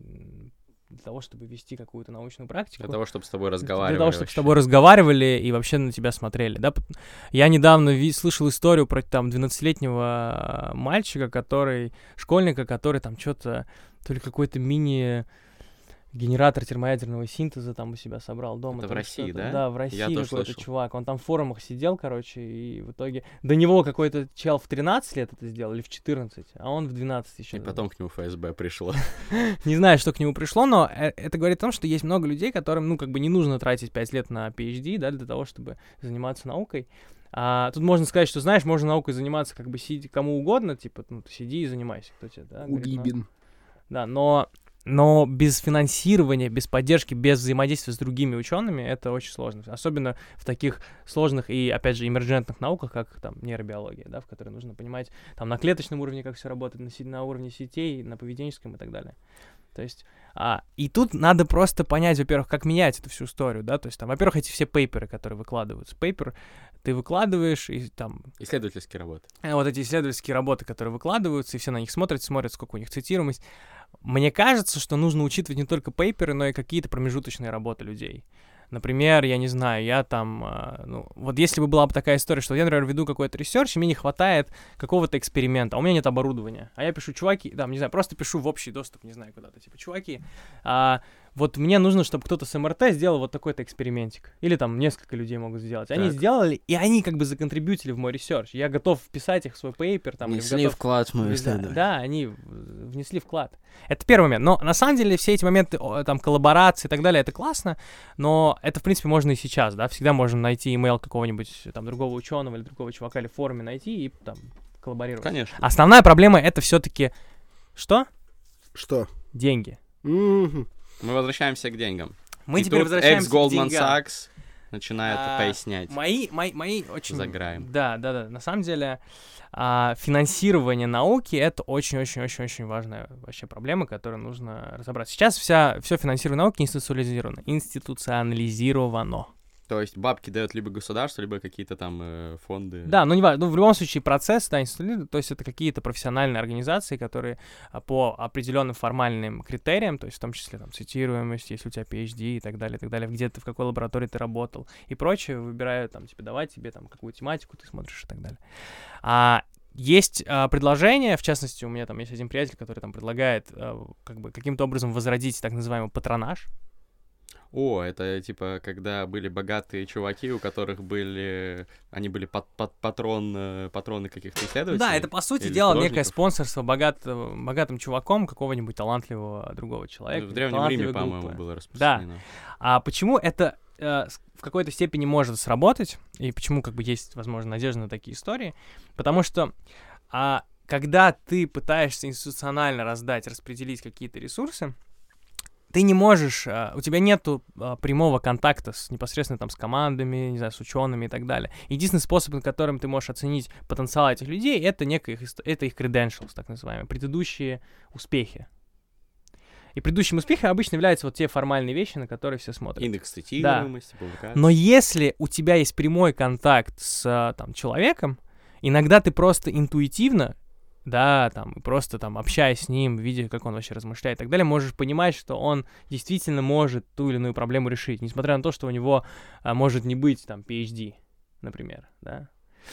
C: для того, чтобы вести какую-то научную практику.
B: Для того, чтобы с тобой разговаривали.
C: Для того, чтобы
B: вообще.
C: с тобой разговаривали и вообще на тебя смотрели, да. Я недавно ви- слышал историю про там двенадцатилетнего мальчика, который, школьника, который там что-то, то ли какой-то мини... генератор термоядерного синтеза там у себя собрал дома.
B: Это в
C: там
B: России,
C: что-то.
B: да?
C: Да, в
B: Я
C: России
B: тоже
C: какой-то
B: слышал.
C: чувак. Он там в форумах сидел, короче, и в итоге... До него какой-то чел в тринадцать лет это сделал, или в четырнадцать, а он в двенадцать еще.
B: И потом к нему эф эс бэ пришло.
C: Не знаю, что к нему пришло, но э- это говорит о том, что есть много людей, которым, ну, как бы не нужно тратить пять лет на пи эйч ди, да, для того, чтобы заниматься наукой. А тут можно сказать, что, знаешь, можно наукой заниматься как бы сиди кому угодно, типа, ну, ты сиди и занимайся, кто тебе, да? говорит, ну,
A: Угибин.
C: Да, но, но без финансирования, без поддержки, без взаимодействия с другими учеными это очень сложно. Особенно в таких сложных и, опять же, эмерджентных науках, как там нейробиология, да, в которой нужно понимать там на клеточном уровне, как все работает, на, си- на уровне сетей, на поведенческом и так далее. То есть, а, и тут надо просто понять, во-первых, как менять эту всю историю, да, то есть там, во-первых, эти все пейперы, которые выкладываются. Пейпер ты выкладываешь, и там
B: Исследовательские работы.
C: э, вот эти исследовательские работы, которые выкладываются, и все на них смотрят, смотрят, сколько у них цитируемость. Мне кажется, что нужно учитывать не только пейперы, но и какие-то промежуточные работы людей. Например, я не знаю, я там, э, ну, вот если бы была бы такая история, что я, например, веду какой-то ресерч, и мне не хватает какого-то эксперимента, а у меня нет оборудования, а я пишу, чуваки, там, не знаю, просто пишу в общий доступ, не знаю, куда-то, типа, чуваки, а, вот мне нужно, чтобы кто-то с эм эр тэ сделал вот такой-то экспериментик. Или там несколько людей могут сделать. Они
B: Так.
C: сделали, и они как бы законтрибьютили в мой ресерч. Я готов вписать их в свой пейпер, там, или готов...
B: вклад в
C: Или Да, да, они в- внесли вклад. Это первый момент. Но на самом деле все эти моменты, о, там, коллаборации и так далее, это классно, но это, в принципе, можно и сейчас, да, всегда можно найти имейл какого-нибудь там другого ученого или другого чувака или в форуме найти и там коллаборировать.
B: Конечно.
C: Основная проблема — это все-таки что?
A: Что?
C: Деньги.
A: Мгм.
B: Мы возвращаемся к деньгам.
C: Мы
B: И
C: теперь
B: тут
C: возвращаемся к
B: экс-Goldman
C: деньгам.
B: Sachs начинает
C: А,
B: пояснять.
C: Мои, мои, мои очень...
B: Заграем.
C: Да, да, да. На самом деле а, финансирование науки — это очень-очень-очень-очень важная вообще проблема, которую нужно разобраться. Сейчас вся, все финансирование науки институциализировано. Институционализировано.
B: То есть бабки дает либо государство, либо какие-то там э, фонды.
C: Да, ну не важно. Ну, в любом случае процесс, да, институционализирован, то есть это какие-то профессиональные организации, которые а, по определенным формальным критериям, то есть в том числе там цитируемость, если у тебя пи эйч ди и так далее, и так далее, где ты, в какой лаборатории ты работал и прочее, выбирают там, типа, давай тебе там какую тематику ты смотришь и так далее. А есть а, предложение, в частности, у меня там есть один приятель, который там предлагает а, как бы каким-то образом возродить так называемый патронаж.
B: О, это типа, когда были богатые чуваки, у которых были... Они были пат пат патрон, э, патроны каких-то исследователей.
C: Да, это, по сути
B: или
C: дела, некое
B: художников.
C: спонсорство богат, богатым чуваком какого-нибудь талантливого другого человека.
B: В Древнем
C: талантливой
B: Риме, по-моему,
C: группы.
B: было распространено.
C: А почему это э, с- в какой-то степени может сработать, и почему как бы есть, возможно, надежда на такие истории? Потому что а, когда ты пытаешься институционально раздать, распределить какие-то ресурсы, ты не можешь, а, у тебя нету а, прямого контакта с непосредственно там с командами, не знаю, с учеными и так далее. Единственный способ, на которым ты можешь оценить потенциал этих людей, это некое их, это их credentials, так называемые, предыдущие успехи. И предыдущим успехом обычно являются вот те формальные вещи, на которые все смотрят.
B: Индекс цитируемости,
C: да.
B: публикации.
C: Но если у тебя есть прямой контакт с там, человеком, иногда ты просто интуитивно, да, там, просто там, общаясь с ним, видя, как он вообще размышляет и так далее, можешь понимать, что он действительно может ту или иную проблему решить, несмотря на то, что у него а, может не быть, там, пи эйч ди, например, да.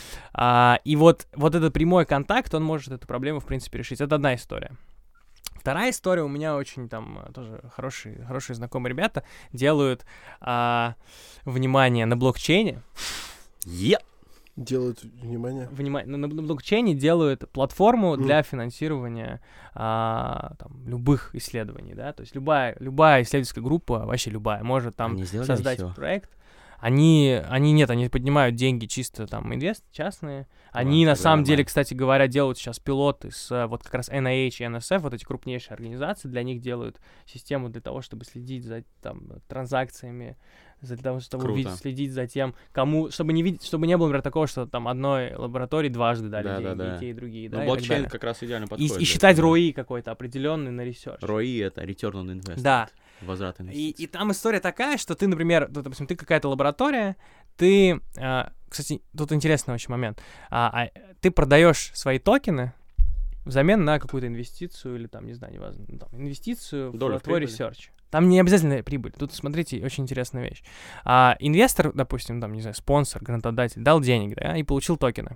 C: А, и вот, вот этот прямой контакт, он может эту проблему, в принципе, решить. Это одна история. Вторая история, у меня очень там тоже хорошие, хорошие знакомые ребята делают, а, внимание, на блокчейне.
B: Yeah.
A: Делают, внимание.
C: Внимание, на, на блокчейне делают платформу
A: Mm.
C: для финансирования а, там, любых исследований, да, то есть любая, любая исследовательская группа, вообще любая, может там создать
B: всё.
C: проект. Они, они нет, они поднимают деньги чисто там инвест, частные. Они
B: Ладно,
C: на самом
B: нормально.
C: деле, кстати говоря, делают сейчас пилоты с вот как раз эн ай эйч и эн эс эф, вот эти крупнейшие организации, для них делают систему для того, чтобы следить за там транзакциями, для того, чтобы
B: Круто.
C: увидеть, следить за тем, кому, чтобы не видеть, чтобы не было, например, такого, что там одной лаборатории дважды дали
B: Да,
C: деньги,
B: да, да.
C: и те, и другие,
B: Но
C: да, и так
B: блокчейн
C: далее.
B: как раз идеально
C: И,
B: подходит.
C: и
B: для
C: считать
B: этого.
C: эр о и какой-то определенный на research.
B: эр о и — это Return on Investment.
C: Да.
B: Возврат
C: И,
B: инвестиций.
C: и там история такая, что ты, например, ну, допустим, ты какая-то лаборатория, ты, а, кстати, тут интересный очень момент, а, а, ты продаешь свои токены взамен на какую-то инвестицию или там, не знаю, неважно, ну, там, инвестицию
B: Долю
C: в
B: в
C: твой
B: прибыли.
C: ресерч. Там не обязательно прибыль. Тут, смотрите, очень интересная вещь. А, инвестор, допустим, там, не знаю, спонсор, грантодатель, дал денег, да, и получил токены.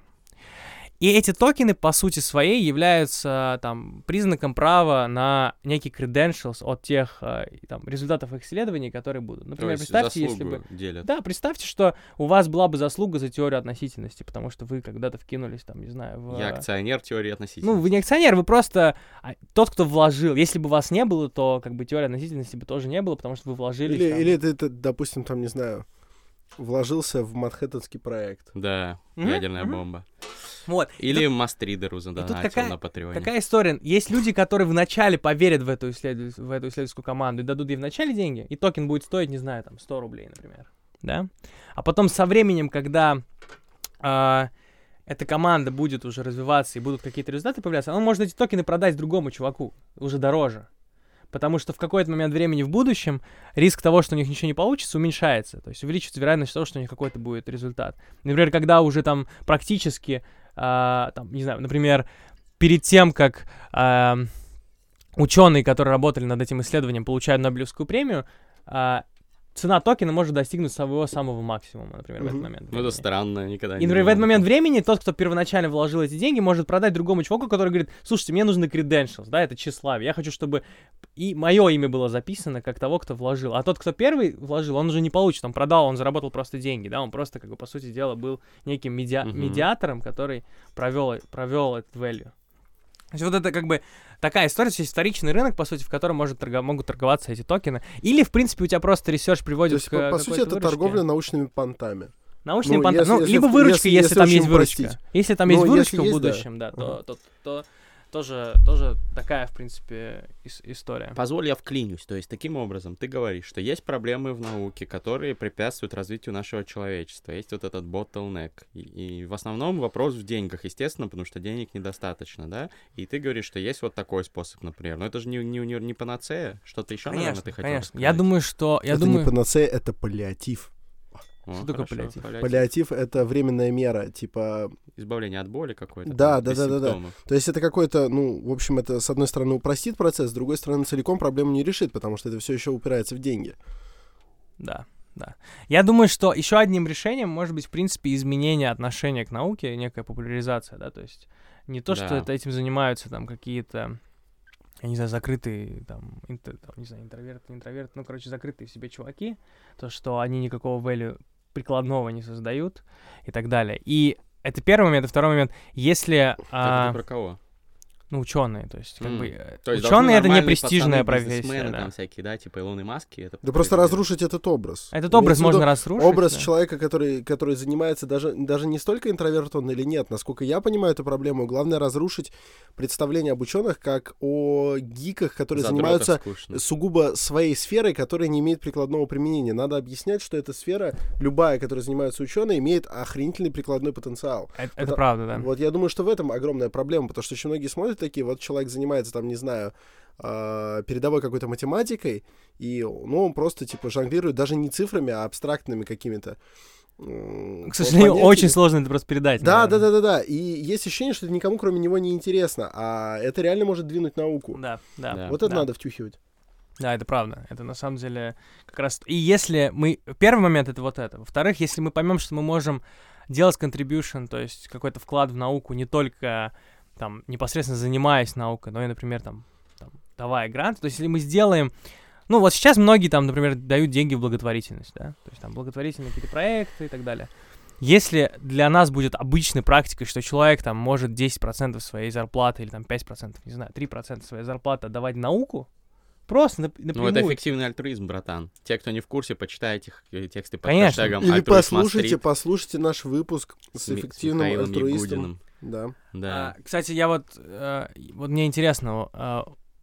C: И эти токены, по сути своей, являются там признаком права на некий credentials от тех э, там, результатов их исследований, которые будут. Например,
B: То есть
C: представьте, если
B: заслугу
C: бы...
B: делят.
C: Да, представьте, что у вас была бы заслуга за теорию относительности, потому что вы когда-то вкинулись, там, не знаю, в...
B: Я акционер теории относительности.
C: Ну, вы не акционер, вы просто а, тот, кто вложил. Если бы вас не было, то как бы теория относительности бы тоже не было, потому что вы вложились
A: Или,
C: там...
A: или ты, ты, допустим, там, не знаю, вложился в Манхэттенский проект.
B: Да,
C: Мгм,
B: ядерная
C: мгм.
B: бомба.
C: Вот.
B: Или Мастридеру
C: тут
B: задонатил
C: какая-
B: на Патреоне.
C: Какая история? Есть люди, которые вначале поверят в эту, исследов... в эту исследовательскую команду и дадут ей вначале деньги, и токен будет стоить, не знаю, там, сто рублей, например. Да? А потом со временем, когда а, эта команда будет уже развиваться и будут какие-то результаты появляться, он может эти токены продать другому чуваку уже дороже. Потому что в какой-то момент времени в будущем риск того, что у них ничего не получится, уменьшается. То есть увеличивается вероятность того, что у них какой-то будет результат. Например, когда уже там практически, а, там, не знаю, например, перед тем, как а, ученые, которые работали над этим исследованием, получают Нобелевскую премию, а, цена токена может достигнуть своего самого максимума, например, в этот
A: Мгм.
C: момент
B: Ну,
C: времени.
B: это странно, никогда
C: И,
B: не
C: например, в этот
B: думал.
C: момент времени тот, кто первоначально вложил эти деньги, может продать другому чуваку, который говорит: слушайте, мне нужны credentials, да, это тщеславие. Я хочу, чтобы и мое имя было записано как того, кто вложил. А тот, кто первый вложил, он уже не получит, он продал, он заработал просто деньги, да, он просто, как бы, по сути дела, был неким медиа-
B: Мгм.
C: медиатором, который провел, провел этот value. То есть вот это как бы такая история, то есть вторичный рынок, по сути, в котором может торго- могут торговаться эти токены. Или, в принципе, у тебя просто ресерч
A: То
C: приводит
A: есть,
C: к
A: по, по сути,
C: какой-то
A: это
C: выручке.
A: торговля научными понтами.
C: Научные
A: Ну,
C: понты-
A: если-
C: ну,
A: если
C: либо
A: в-
C: выручка,
A: если-
C: если,
A: если
C: там
A: очень
C: есть выручка.
A: упростить.
C: Если там
A: Ну,
C: есть
A: если
C: выручка в
A: есть, да.
C: будущем, да, то,
A: Ага.
C: то, то тоже, тоже такая, в принципе, ис- история.
B: Позволь, я вклинюсь. То есть, таким образом, ты говоришь, что есть проблемы в науке, которые препятствуют развитию нашего человечества. Есть вот этот bottleneck. И, и в основном вопрос в деньгах, естественно, потому что денег недостаточно, да? И ты говоришь, что есть вот такой способ, например. Но это же не, не, не, не панацея. Что-то еще, наверное,
C: Конечно,
B: ты хотел
C: конечно.
B: рассказать?
C: Я думаю, что... Я
A: это
C: думаю...
A: не панацея, это паллиатив.
B: О,
C: Что такое
B: хорошо,
C: паллиатив?
A: Паллиатив — это временная мера, типа...
B: Избавление от боли какой-то.
A: Да,
B: там,
A: да,
B: без
A: да, да, да.
B: симптомов.
A: То есть это какой-то, ну, в общем, это, с одной стороны, упростит процесс, с другой стороны, целиком проблему не решит, потому что это все еще упирается в деньги.
C: Да, да. Я думаю, что еще одним решением может быть, в принципе, изменение отношения к науке, некая популяризация, да, то есть не то, что
B: Да.
C: это, этим занимаются там какие-то, я не знаю, закрытые, там, интер- там, не знаю, интроверты, не интроверты, ну, короче, закрытые в себе чуваки, то, что они никакого value прикладного не создают и так далее. И это первый момент. И второй момент, если...
B: Так
C: а,
B: это про кого?
C: ну, ученые, то есть, как
B: Mm.
C: бы,
B: То есть
C: ученые — это не
B: нормальные
C: престижная
B: пацаны,
C: профессия,
B: бизнесмены
C: да.
B: там всякие, да, типа Илоны Маски. Это
A: Да просто
B: определенно.
A: разрушить этот образ.
C: Этот образ
A: Имеется в
C: можно
A: виду
C: разрушить.
A: Образ
C: да.
A: человека, который, который занимается даже, даже не столько интроверт он или нет, насколько я понимаю эту проблему, главное разрушить представление об ученых как о гиках, которые
B: Задротов
A: занимаются
B: скучно.
A: сугубо своей сферой, которая не имеет прикладного применения. Надо объяснять, что эта сфера, любая, которой занимаются ученые, имеет охренительный прикладной потенциал.
C: Это, это
A: Потому-
C: правда, да.
A: Вот я думаю, что в этом огромная проблема, потому что очень многие смотрят такие, вот человек занимается там, не знаю, э, передовой какой-то математикой, и, ну, он просто, типа, жонглирует даже не цифрами, а абстрактными какими-то. м,
C: К сожалению,
A: понятиями.
C: очень сложно это просто передать.
A: Да, да,
C: наверное.
A: да, да, да. И есть ощущение, что это никому, кроме него, не интересно, а это реально может двинуть науку.
C: Да, да.
B: Да.
A: Вот это
C: да.
A: надо втюхивать.
C: Да, это правда. Это на самом деле как раз... И если мы... Первый момент — это вот это. Во-вторых, если мы поймем, что мы можем делать contribution, то есть какой-то вклад в науку, не только там непосредственно занимаясь наукой, но и, например, там, там давая грант, то есть если мы сделаем... Ну, вот сейчас многие там, например, дают деньги в благотворительность, да, то есть там благотворительные какие-то проекты и так далее. Если для нас будет обычной практикой, что человек там может десять процентов своей зарплаты или там пять процентов, не знаю, три процента своей зарплаты отдавать науку, просто нап-
B: Ну,
C: напрямую.
B: это эффективный альтруизм, братан. Те, кто не в курсе, почитайте их э, тексты под
C: Конечно.
B: хэштегом
A: Или
B: «Альтруизм
A: послушайте,
B: Мастрит»
A: послушайте наш выпуск с
B: с Ми- с
A: эффективным
B: Михаилом
A: альтруистом.
B: Ягудиным.
A: Да.
B: Да.
C: А, кстати, я вот, э, вот мне интересно, э,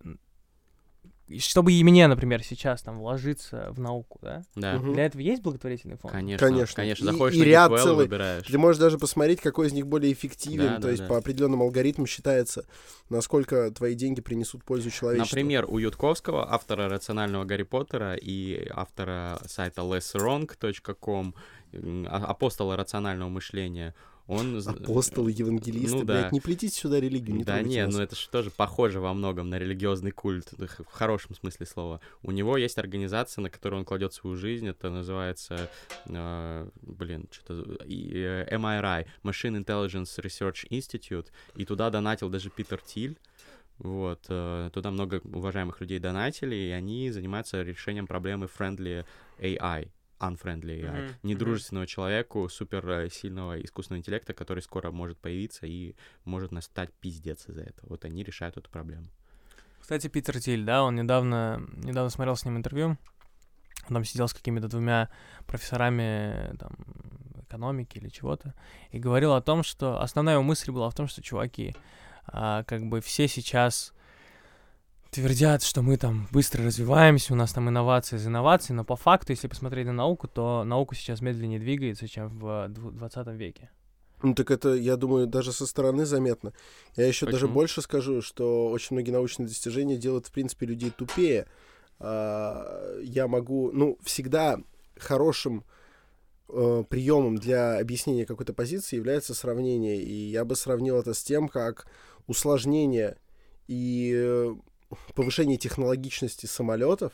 C: чтобы и мне, например, сейчас там вложиться в науку, да?
B: Да.
A: Мгм.
C: Для этого есть благотворительный фонд?
B: Конечно,
A: Конечно.
B: конечно.
A: И-
B: Заходишь
A: и
B: на
A: ряд
B: GeekWell,
A: целый.
B: выбираешь.
A: Ты можешь даже посмотреть, какой из них более эффективен,
B: Да,
A: то
B: да,
A: есть
B: да.
A: по определенным алгоритмам считается, насколько твои деньги принесут пользу человечеству.
B: Например, у Ютковского, автора рационального Гарри Поттера и автора сайта лес ронг точка ком, м, а- апостола рационального мышления, он... з-
A: Апостолы, евангелисты,
B: Ну да.
A: блядь, не плетите сюда религию, не
B: Да
A: трогайте
B: нет,
A: нас.
B: ну это же тоже похоже во многом на религиозный культ, в в хорошем смысле слова. У него есть организация, на которую он кладет свою жизнь, это называется, э, блин, что-то, и, э, эм ай ар ай, Machine Intelligence Research Institute, и туда донатил даже Питер Тиль. Вот, э, туда много уважаемых людей донатили, и они занимаются решением проблемы friendly эй ай. Unfriendly эй ай,
C: Мгм,
B: недружественного человеку, суперсильного искусственного интеллекта, который скоро может появиться и может настать пиздец из-за этого. Вот они решают эту проблему.
C: Кстати, Питер Тиль, да, он недавно, недавно смотрел с ним интервью, он там сидел с какими-то двумя профессорами там, экономики или чего-то, и говорил о том, что основная его мысль была в том, что, чуваки, а, как бы все сейчас твердят, что мы там быстро развиваемся, у нас там инновации из инноваций, но по факту, если посмотреть на науку, то наука сейчас медленнее двигается, чем в двадцатом веке.
A: Ну так это, я думаю, даже со стороны заметно. Я еще даже
B: Почему?
A: больше скажу, что очень многие научные достижения делают, в принципе, людей тупее. А, Я могу, ну, всегда хорошим э, приемом для объяснения какой-то позиции является сравнение. И я бы сравнил это с тем, как усложнение и э, повышение технологичности самолетов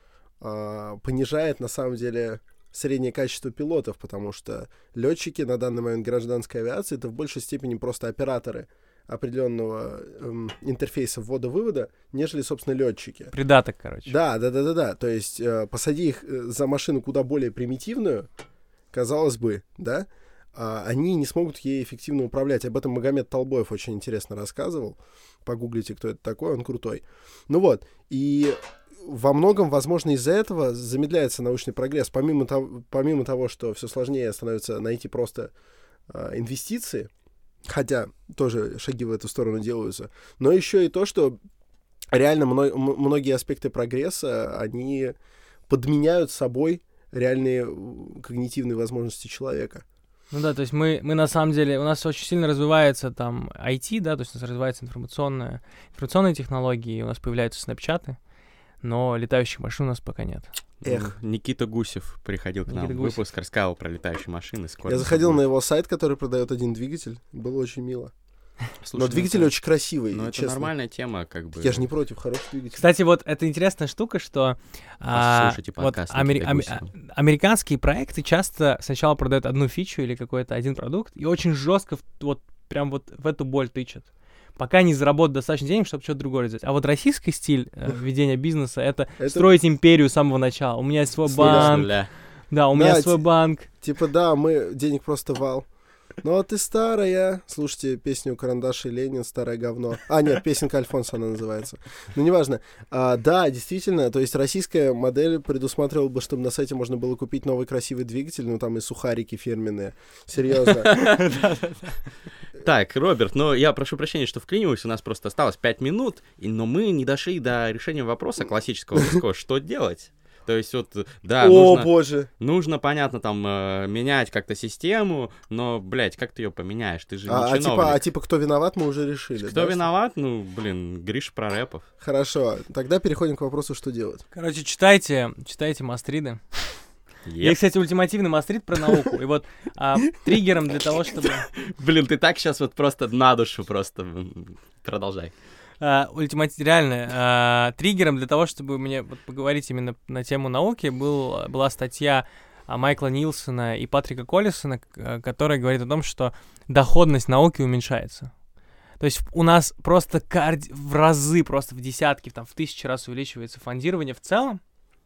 A: а, понижает, на самом деле, среднее качество пилотов, потому что летчики на данный момент гражданской авиации — это в большей степени просто операторы определенного эм, интерфейса ввода-вывода, нежели, собственно, летчики.
C: Придаток, короче.
A: Да, да, да, да, да. То есть э, посади их э, за машину куда более примитивную, казалось бы, да, а они не смогут ей эффективно управлять. Об этом Магомед Толбоев очень интересно рассказывал. Погуглите, кто это такой, он крутой. Ну вот, и во многом, возможно, из-за этого замедляется научный прогресс. Помимо того, помимо того что все сложнее становится найти просто э, инвестиции, хотя тоже шаги в эту сторону делаются, но еще и то, что реально мно- м- многие аспекты прогресса, они подменяют собой реальные э, когнитивные возможности человека.
C: Ну да, то есть мы, мы на самом деле, у нас очень сильно развивается там ай ти, да, то есть у нас развивается информационная, информационные технологии, у нас появляются снапчаты, но летающих машин у нас пока нет.
A: Эх.
B: Ну, Никита Гусев приходил к нам
C: Никита
B: в
C: Гусев.
B: выпуск, рассказывал про летающие машины. Скоро
A: Я
B: это
A: заходил
B: будет.
A: на его сайт, который продает один двигатель, было очень мило.
B: Слушай,
A: Но
B: ну
A: двигатель
B: это-
A: очень красивый,
B: Ну, это
A: честно.
B: нормальная тема, как бы.
A: Я же не против, хороший двигатель.
C: Кстати, вот это интересная штука, что а,
B: Послушайте
C: вот
B: подкаст
C: амери-
B: Никиты
C: ами-
B: Гусева.
C: а- американские проекты часто сначала продают одну фичу или какой-то один продукт и очень жестко в- вот прям вот в эту боль тычат, пока не заработают достаточно денег, чтобы что-то другое сделать. А вот российский стиль э, ведения бизнеса — это
A: Это
C: строить империю с самого начала. У меня есть свой
A: С нуля.
B: С
C: банк,
B: нуля.
C: да, у меня
A: Да,
C: свой
A: ти-
C: банк.
A: Типа, да, мы денег просто вал. Ну, а ты старая. Слушайте песню «Карандаш и Ленин», «Старое говно». А, нет, песенка Альфонса она называется. Ну, неважно. А, да, действительно, то есть российская модель предусматривала бы, чтобы на сайте можно было купить новый красивый двигатель, ну, там и сухарики фирменные. Серьезно.
B: Так, Роберт, ну я прошу прощения, что вклиниваюсь, у нас просто осталось пять минут, и, но мы не дошли до решения вопроса классического русского, что делать? То есть вот, да,
A: О,
B: нужно,
A: боже.
B: нужно, понятно, там, э, менять как-то систему, но, блядь, как ты ее поменяешь? Ты же не
A: А, а,
B: чиновник.
A: типа, а типа, кто виноват, мы уже решили.
B: Кто
A: да,
B: виноват? Ну, блин, Гриш Прорепов.
A: что? Хорошо, тогда переходим к вопросу, что делать.
C: Короче, читайте, читайте Мастриды. Есть, кстати, ультимативный Мастрид про науку. И вот а, триггером для того, чтобы...
B: Блин, ты так сейчас вот просто на душу просто продолжай.
C: Uh, ультимати... Реально, uh, триггером для того, чтобы мне вот, поговорить именно на тему науки, был, была статья uh, Майкла Нилсона и Патрика Коллисона, uh, которая говорит о том, что доходность науки уменьшается. То есть у нас просто карди... в разы, просто в десятки, там, в тысячи раз увеличивается фондирование в целом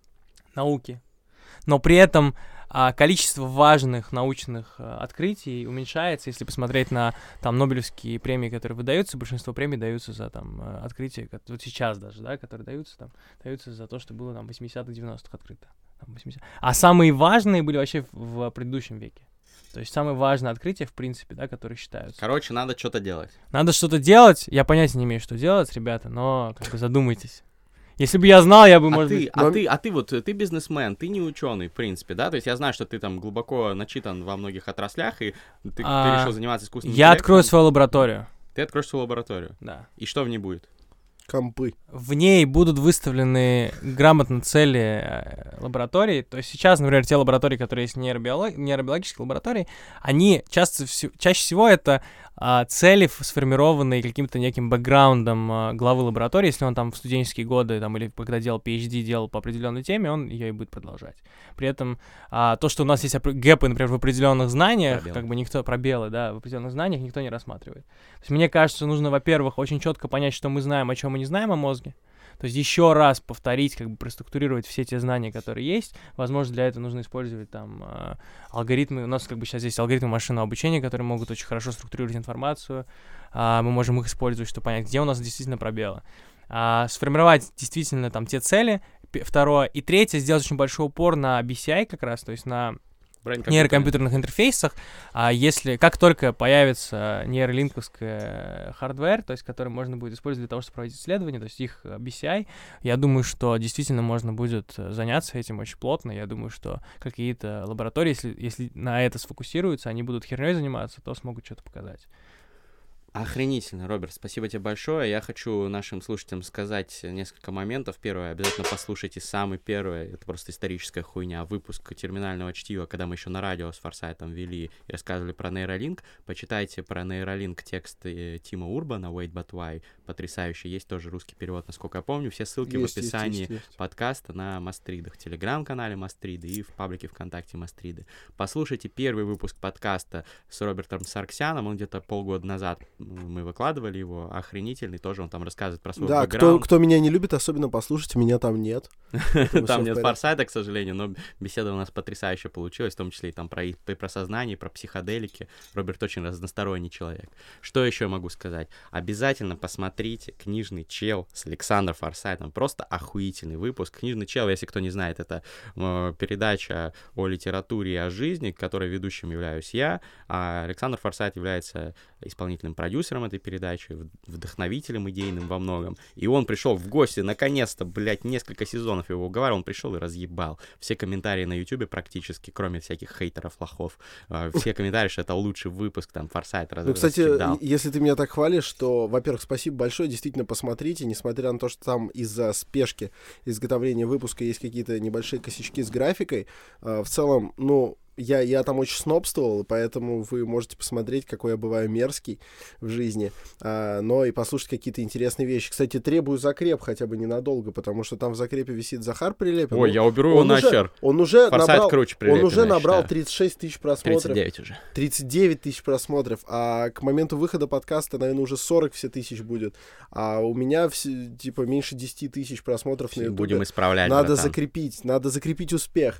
C: науки, но при этом а, количество важных научных а, открытий уменьшается. Если посмотреть на там нобелевские премии, которые выдаются, большинство премий даются за там открытия, как, вот сейчас даже, да, которые даются там, даются за то, что было там в восьмидесятых, девяностых открыто. Там, восьмидесятых. А самые важные были вообще в, в предыдущем веке. То есть самые важные открытия, в принципе, да, которые считаются.
B: Короче, надо что-то делать.
C: Надо что-то делать. Я понятия не имею, что делать, ребята, но как бы задумайтесь. Если бы я знал, я бы,
B: а
C: может
B: ты,
C: быть...
B: А, но... ты, а ты вот, ты бизнесмен, ты не ученый, в принципе, да? То есть я знаю, что ты там глубоко начитан во многих отраслях, и ты, а... ты решил заниматься искусственным
C: Я
B: интеллектом.
C: открою свою лабораторию.
B: Ты откроешь свою лабораторию?
C: Да.
B: И что в ней будет?
A: Компы.
C: В ней будут выставлены грамотно цели э, лаборатории. То есть сейчас, например, те лаборатории, которые есть нейробиолог... нейробиологические лаборатории, они часто, вс... чаще всего это э, цели, сформированные каким-то неким бэкграундом э, главы лаборатории. Если он там в студенческие годы там, или когда делал пи эйч ди, делал по определенной теме, он ее и будет продолжать. При этом э, то, что у нас есть гэпы, например, в определенных знаниях, пробелы. как бы никто, пробелы, да, в определенных знаниях никто не рассматривает. То есть мне кажется, нужно, во-первых, очень четко понять, что мы знаем, о чем мы не знаем о мозге. То есть еще раз повторить, как бы проструктурировать все те знания, которые есть. Возможно, для этого нужно использовать там э, алгоритмы. У нас как бы сейчас есть алгоритмы машинного обучения, которые могут очень хорошо структурировать информацию. Э, мы можем их использовать, чтобы понять, где у нас действительно пробелы. Э, сформировать действительно там те цели. Второе. И третье, сделать очень большой упор на би си ай как раз, то есть на нейрокомпьютерных интерфейсах, а если, как только появится нейролинковская хардвер, то есть который можно будет использовать для того, чтобы проводить исследования, то есть их би си ай, я думаю, что действительно можно будет заняться этим очень плотно. Я думаю, что какие-то лаборатории, если, если на это сфокусируются, они будут херней заниматься, то смогут что-то показать.
B: Охренительно, Роберт, спасибо тебе большое. Я хочу нашим слушателям сказать несколько моментов. Первое, обязательно послушайте самый первый, это просто историческая хуйня, выпуск терминального чтива, когда мы еще на радио с Форсайтом вели и рассказывали про нейролинк. Почитайте про нейролинк текст Тима Урбана, Wait But Why, потрясающий. Есть тоже русский перевод, насколько я помню. Все ссылки есть, в описании есть, есть, есть. подкаста на Мастридах, в телеграм-канале Мастриды и в паблике ВКонтакте Мастриды. Послушайте первый выпуск подкаста с Робертом Сарксяном, он где-то полгода назад мы выкладывали его, охренительный, тоже он там рассказывает про свой
A: да,
B: бэкграунд.
A: Да, кто, кто меня не любит, особенно послушайте, меня там нет.
B: Там нет Форсайта, к сожалению, но беседа у нас потрясающе получилась, в том числе и там про, и про сознание, и про психоделики. Роберт очень разносторонний человек. Что еще могу сказать? Обязательно посмотрите «Книжный чел» с Александром Форсайтом. Просто охуительный выпуск. «Книжный чел», если кто не знает, это э, передача о литературе и о жизни, которой ведущим являюсь я, а Александр Форсайт является исполнительным продюсером этой передачи, вдохновителем идейным во многом. И он пришел в гости, наконец-то, блядь, несколько сезонов его уговаривал, он пришел и разъебал. Все комментарии на Ютубе практически, кроме всяких хейтеров, лохов, все комментарии, что это лучший выпуск, там, Форсайт раз,
A: Ну, кстати, раскидал. Если ты меня так хвалишь, то, во-первых, спасибо большое, действительно посмотрите, несмотря на то, что там из-за спешки изготовления выпуска есть какие-то небольшие косячки с графикой, в целом, ну, Я, я там очень снобствовал, поэтому вы можете посмотреть, какой я бываю мерзкий в жизни, а, но и послушать какие-то интересные вещи. Кстати, требую закреп хотя бы ненадолго, потому что там в закрепе висит Захар Прилепин.
B: Ой, он, я уберу его нахер.
A: Он уже набрал,
B: круче Прилепина,
A: он уже набрал тридцать шесть тысяч просмотров.
B: тридцать девять уже.
A: тридцать девять тысяч просмотров, а к моменту выхода подкаста, наверное, уже сорок все тысяч будет. А у меня все, типа меньше десять тысяч просмотров
B: все
A: на Ютубе.
B: Будем исправлять,
A: Надо
B: братан.
A: закрепить, надо закрепить успех.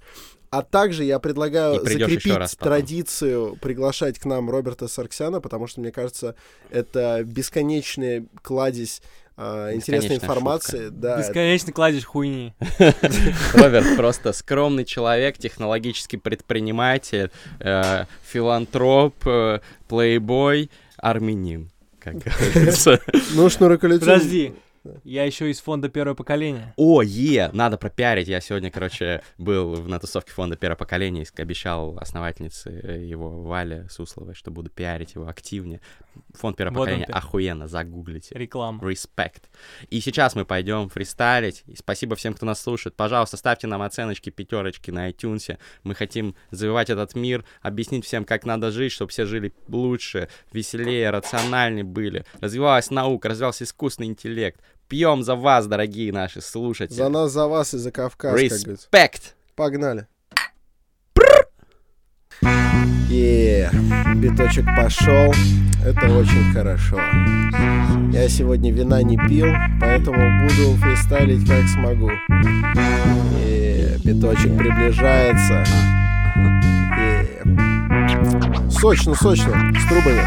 A: А также я предлагаю
B: И придёшь ещё раз
A: закрепить
B: потом.
A: традицию приглашать к нам Роберта Сарксяна, потому что, мне кажется, это бесконечная кладезь а, интересной
B: Бесконечная
A: информации. Да,
C: Бесконечно кладешь хуйни.
B: Роберт просто скромный человек, технологический предприниматель, э, филантроп, э, плейбой, армянин, как говорится.
A: ну, Шнуроколютин.
C: Подожди. Я еще из фонда первого поколения.
B: О, е, надо пропиарить. Я сегодня, короче, был на тусовке фонда первого поколения и обещал основательнице его Вале Сусловой, что буду пиарить его активнее. Фонд первого
C: Вот он
B: поколения
C: ты.
B: охуенно, загуглите.
C: Реклама.
B: Респект. И сейчас мы пойдем фристайлить. И спасибо всем, кто нас слушает. Пожалуйста, ставьте нам оценочки, пятерочки на iTunes. Мы хотим завоевать этот мир, объяснить всем, как надо жить, чтобы все жили лучше, веселее, рациональнее были. Развивалась наука, развивался искусственный интеллект. Пьем за вас, дорогие наши слушатели.
A: За нас, за вас и за Кавказ, как говорится.
B: Респект.
A: Погнали. Е, биточек пошел. Это очень хорошо. Я сегодня вина не пил, поэтому буду фристайлить как смогу. Е, биточек приближается. Е. Сочно, сочно, с трубами.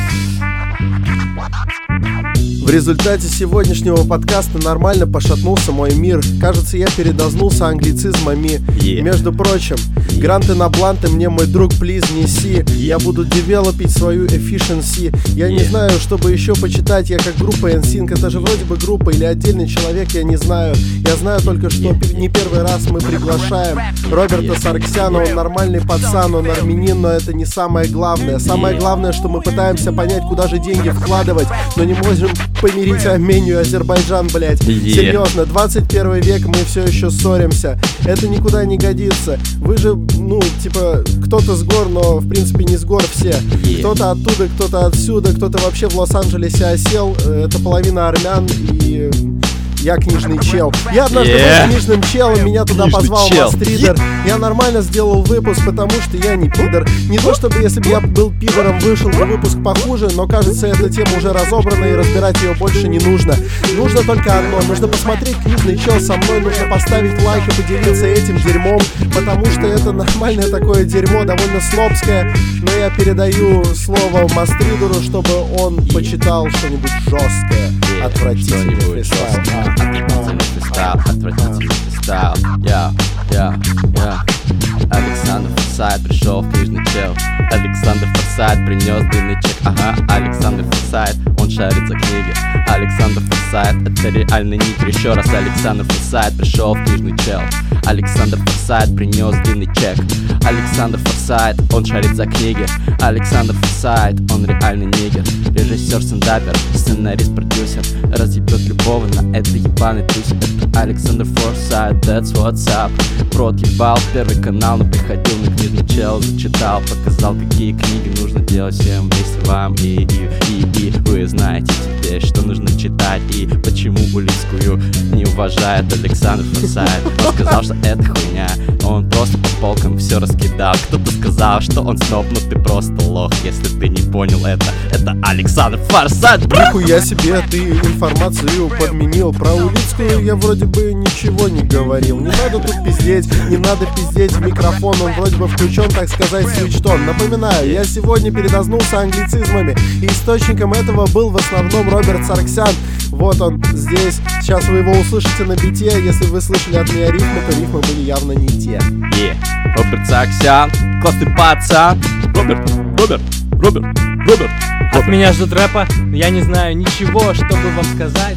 A: В результате сегодняшнего подкаста нормально пошатнулся мой мир. Кажется, я передознулся англицизмами.
B: Yeah.
A: Между прочим, гранты на бланты мне, мой друг, плиз, неси. Я буду девелопить свою efficiency. Я не
B: Yeah.
A: знаю, чтобы еще почитать. Я как группа эн синк. Это же вроде бы группа или отдельный человек, я не знаю. Я знаю только, что
B: Yeah.
A: пи- не первый раз мы приглашаем Роберта
B: Yeah.
A: Сарксяна. Он нормальный пацан, он армянин, но это не самое главное. Самое
B: Yeah.
A: главное, что мы пытаемся понять, куда же деньги вкладывать, но не можем помирить Армению и Азербайджан, блядь.
B: Yeah.
A: Серьезно, двадцать первый век, мы все еще ссоримся. Это никуда не годится. Вы же, ну, типа, кто-то с гор, но в принципе не с гор все.
B: Yeah.
A: Кто-то оттуда, кто-то отсюда, кто-то вообще в Лос-Анджелесе осел. Это половина армян и... Я книжный чел. Я однажды
B: Yeah.
A: был книжным челом, меня туда
B: Книжный
A: позвал
B: чел.
A: Мастридер. Я нормально сделал выпуск, потому что я не пидор. Не то чтобы, если бы я был пидором, вышел бы выпуск похуже, но кажется, эта тема уже разобрана и разбирать ее больше не нужно. Нужно только одно, нужно посмотреть книжный чел со мной, нужно поставить лайк и поделиться этим дерьмом, потому что это нормальное такое дерьмо, довольно снобское. Но я передаю слово Мастридеру, чтобы он почитал что-нибудь жесткое,
B: Yeah.
A: отвратительный
B: Что-нибудь
A: фристайл.
B: жесткое. Отвратительный фристайл, отвратительный фристайл. Я, я, я. Александр Форсайт пришел в книжный чел. Александр Форсайт принес длинный чек. Ага, Александр Форсайт, он шарит за книги. Александр Форсайт, это реальный ник. Еще раз Александр Форсайт пришел в книжный чел. Александр Форсайт принес длинный чек. Александр Форсайт, он шарит за книги. Александр Форсайт, он реальный нигер. Режиссер, стендапер, сценарист, продюсер. Разъебет любого на этой ебаной тусе. Это Александр Форсайт, that's what's up. Прот ебал первый канал, но приходил на книжный чел. Зачитал, показал, какие книги нужно делать всем вместе вам. И, и, и, и вы знаете теперь, что нужно читать. И почему Улицкую не уважает Александр Форсайт. Он сказал, что это хуйня, он просто по полкам все раскидал. Кто-то сказал, что он сноб, но ты просто лох, если ты не понял это. Это Александр Форсайт.
A: Нихуя себе, ты информацию подменил. Про Улицкую я вроде бы ничего не говорил. Не надо тут пиздеть, не надо пиздеть в микрофон. Он вроде бы включен, так сказать, свитчтон. Напоминаю, я сегодня передознулся англицизмами, и источником этого был в основном Роберт Сарксян. Вот он здесь. Сейчас вы его услышите на бите. Если вы слышали от меня рифмы, то рифмы были явно не те.
B: Yeah. Роберт Сарксян, классный пацан. Роберт, Роберт, Роберт, Роберт.
C: От меня ждут рэпа, я не знаю ничего, чтобы вам сказать.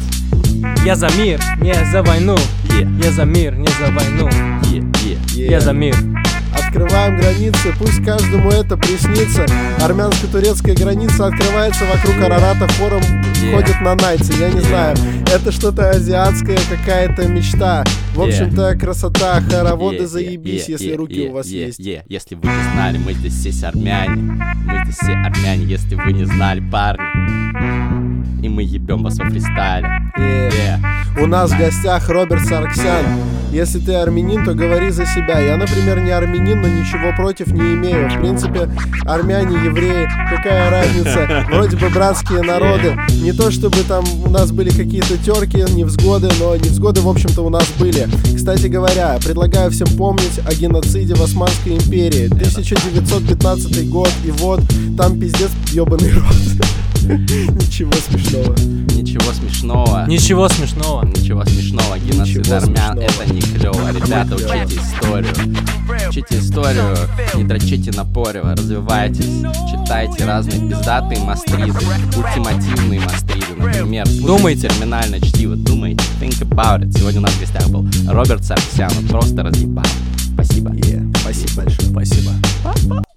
C: Я за мир, не за войну.
B: Yeah.
C: Я за мир, не за войну.
B: Yeah, yeah.
A: Yeah.
C: Я за мир.
A: Открываем границы, пусть каждому это приснится. Армянско-турецкая граница открывается вокруг Арарата, хором
B: Yeah.
A: ходят на найцы. Я не
B: Yeah.
A: знаю, это что-то азиатская какая-то мечта. В
B: Yeah.
A: общем-то, красота, хороводы,
B: Yeah,
A: заебись,
B: yeah,
A: если
B: yeah,
A: руки
B: yeah,
A: у вас
B: yeah,
A: есть.
B: yeah. Если вы не знали, мы здесь все армяне. Мы здесь все армяне, если вы не знали, парни. И мы ебем вас во фристайле.
A: Yeah.
B: Yeah.
A: У нас в гостях Роберт Сарксян. Если ты армянин, то говори за себя. Я, например, не армянин, но ничего против не имею. В принципе, армяне, евреи, какая разница? Вроде бы братские народы. Не то чтобы там у нас были какие-то терки, невзгоды, но невзгоды, в общем-то, у нас были. Кстати говоря, предлагаю всем помнить о геноциде в Османской империи. тысяча девятьсот пятнадцатый год, и вот там пиздец ёбаный рот. Ничего смешного.
B: Ничего смешного.
C: Ничего смешного.
B: Ничего смешного. Геноцид
A: Ничего
B: армян —
A: смешного.
B: это не клево. Ребята,
A: клёво.
B: учите историю. Учите историю, не дрочите на порево, развивайтесь, читайте разные пиздатые мастриды, ультимативные мастриды, например. Слушайте
C: Думайте.
B: терминальное чтиво, думайте, think about it. Сегодня у нас в гостях был Роберт Сарксян, он просто разъебал. Спасибо.
A: Yeah. Спасибо большое.
C: Спасибо.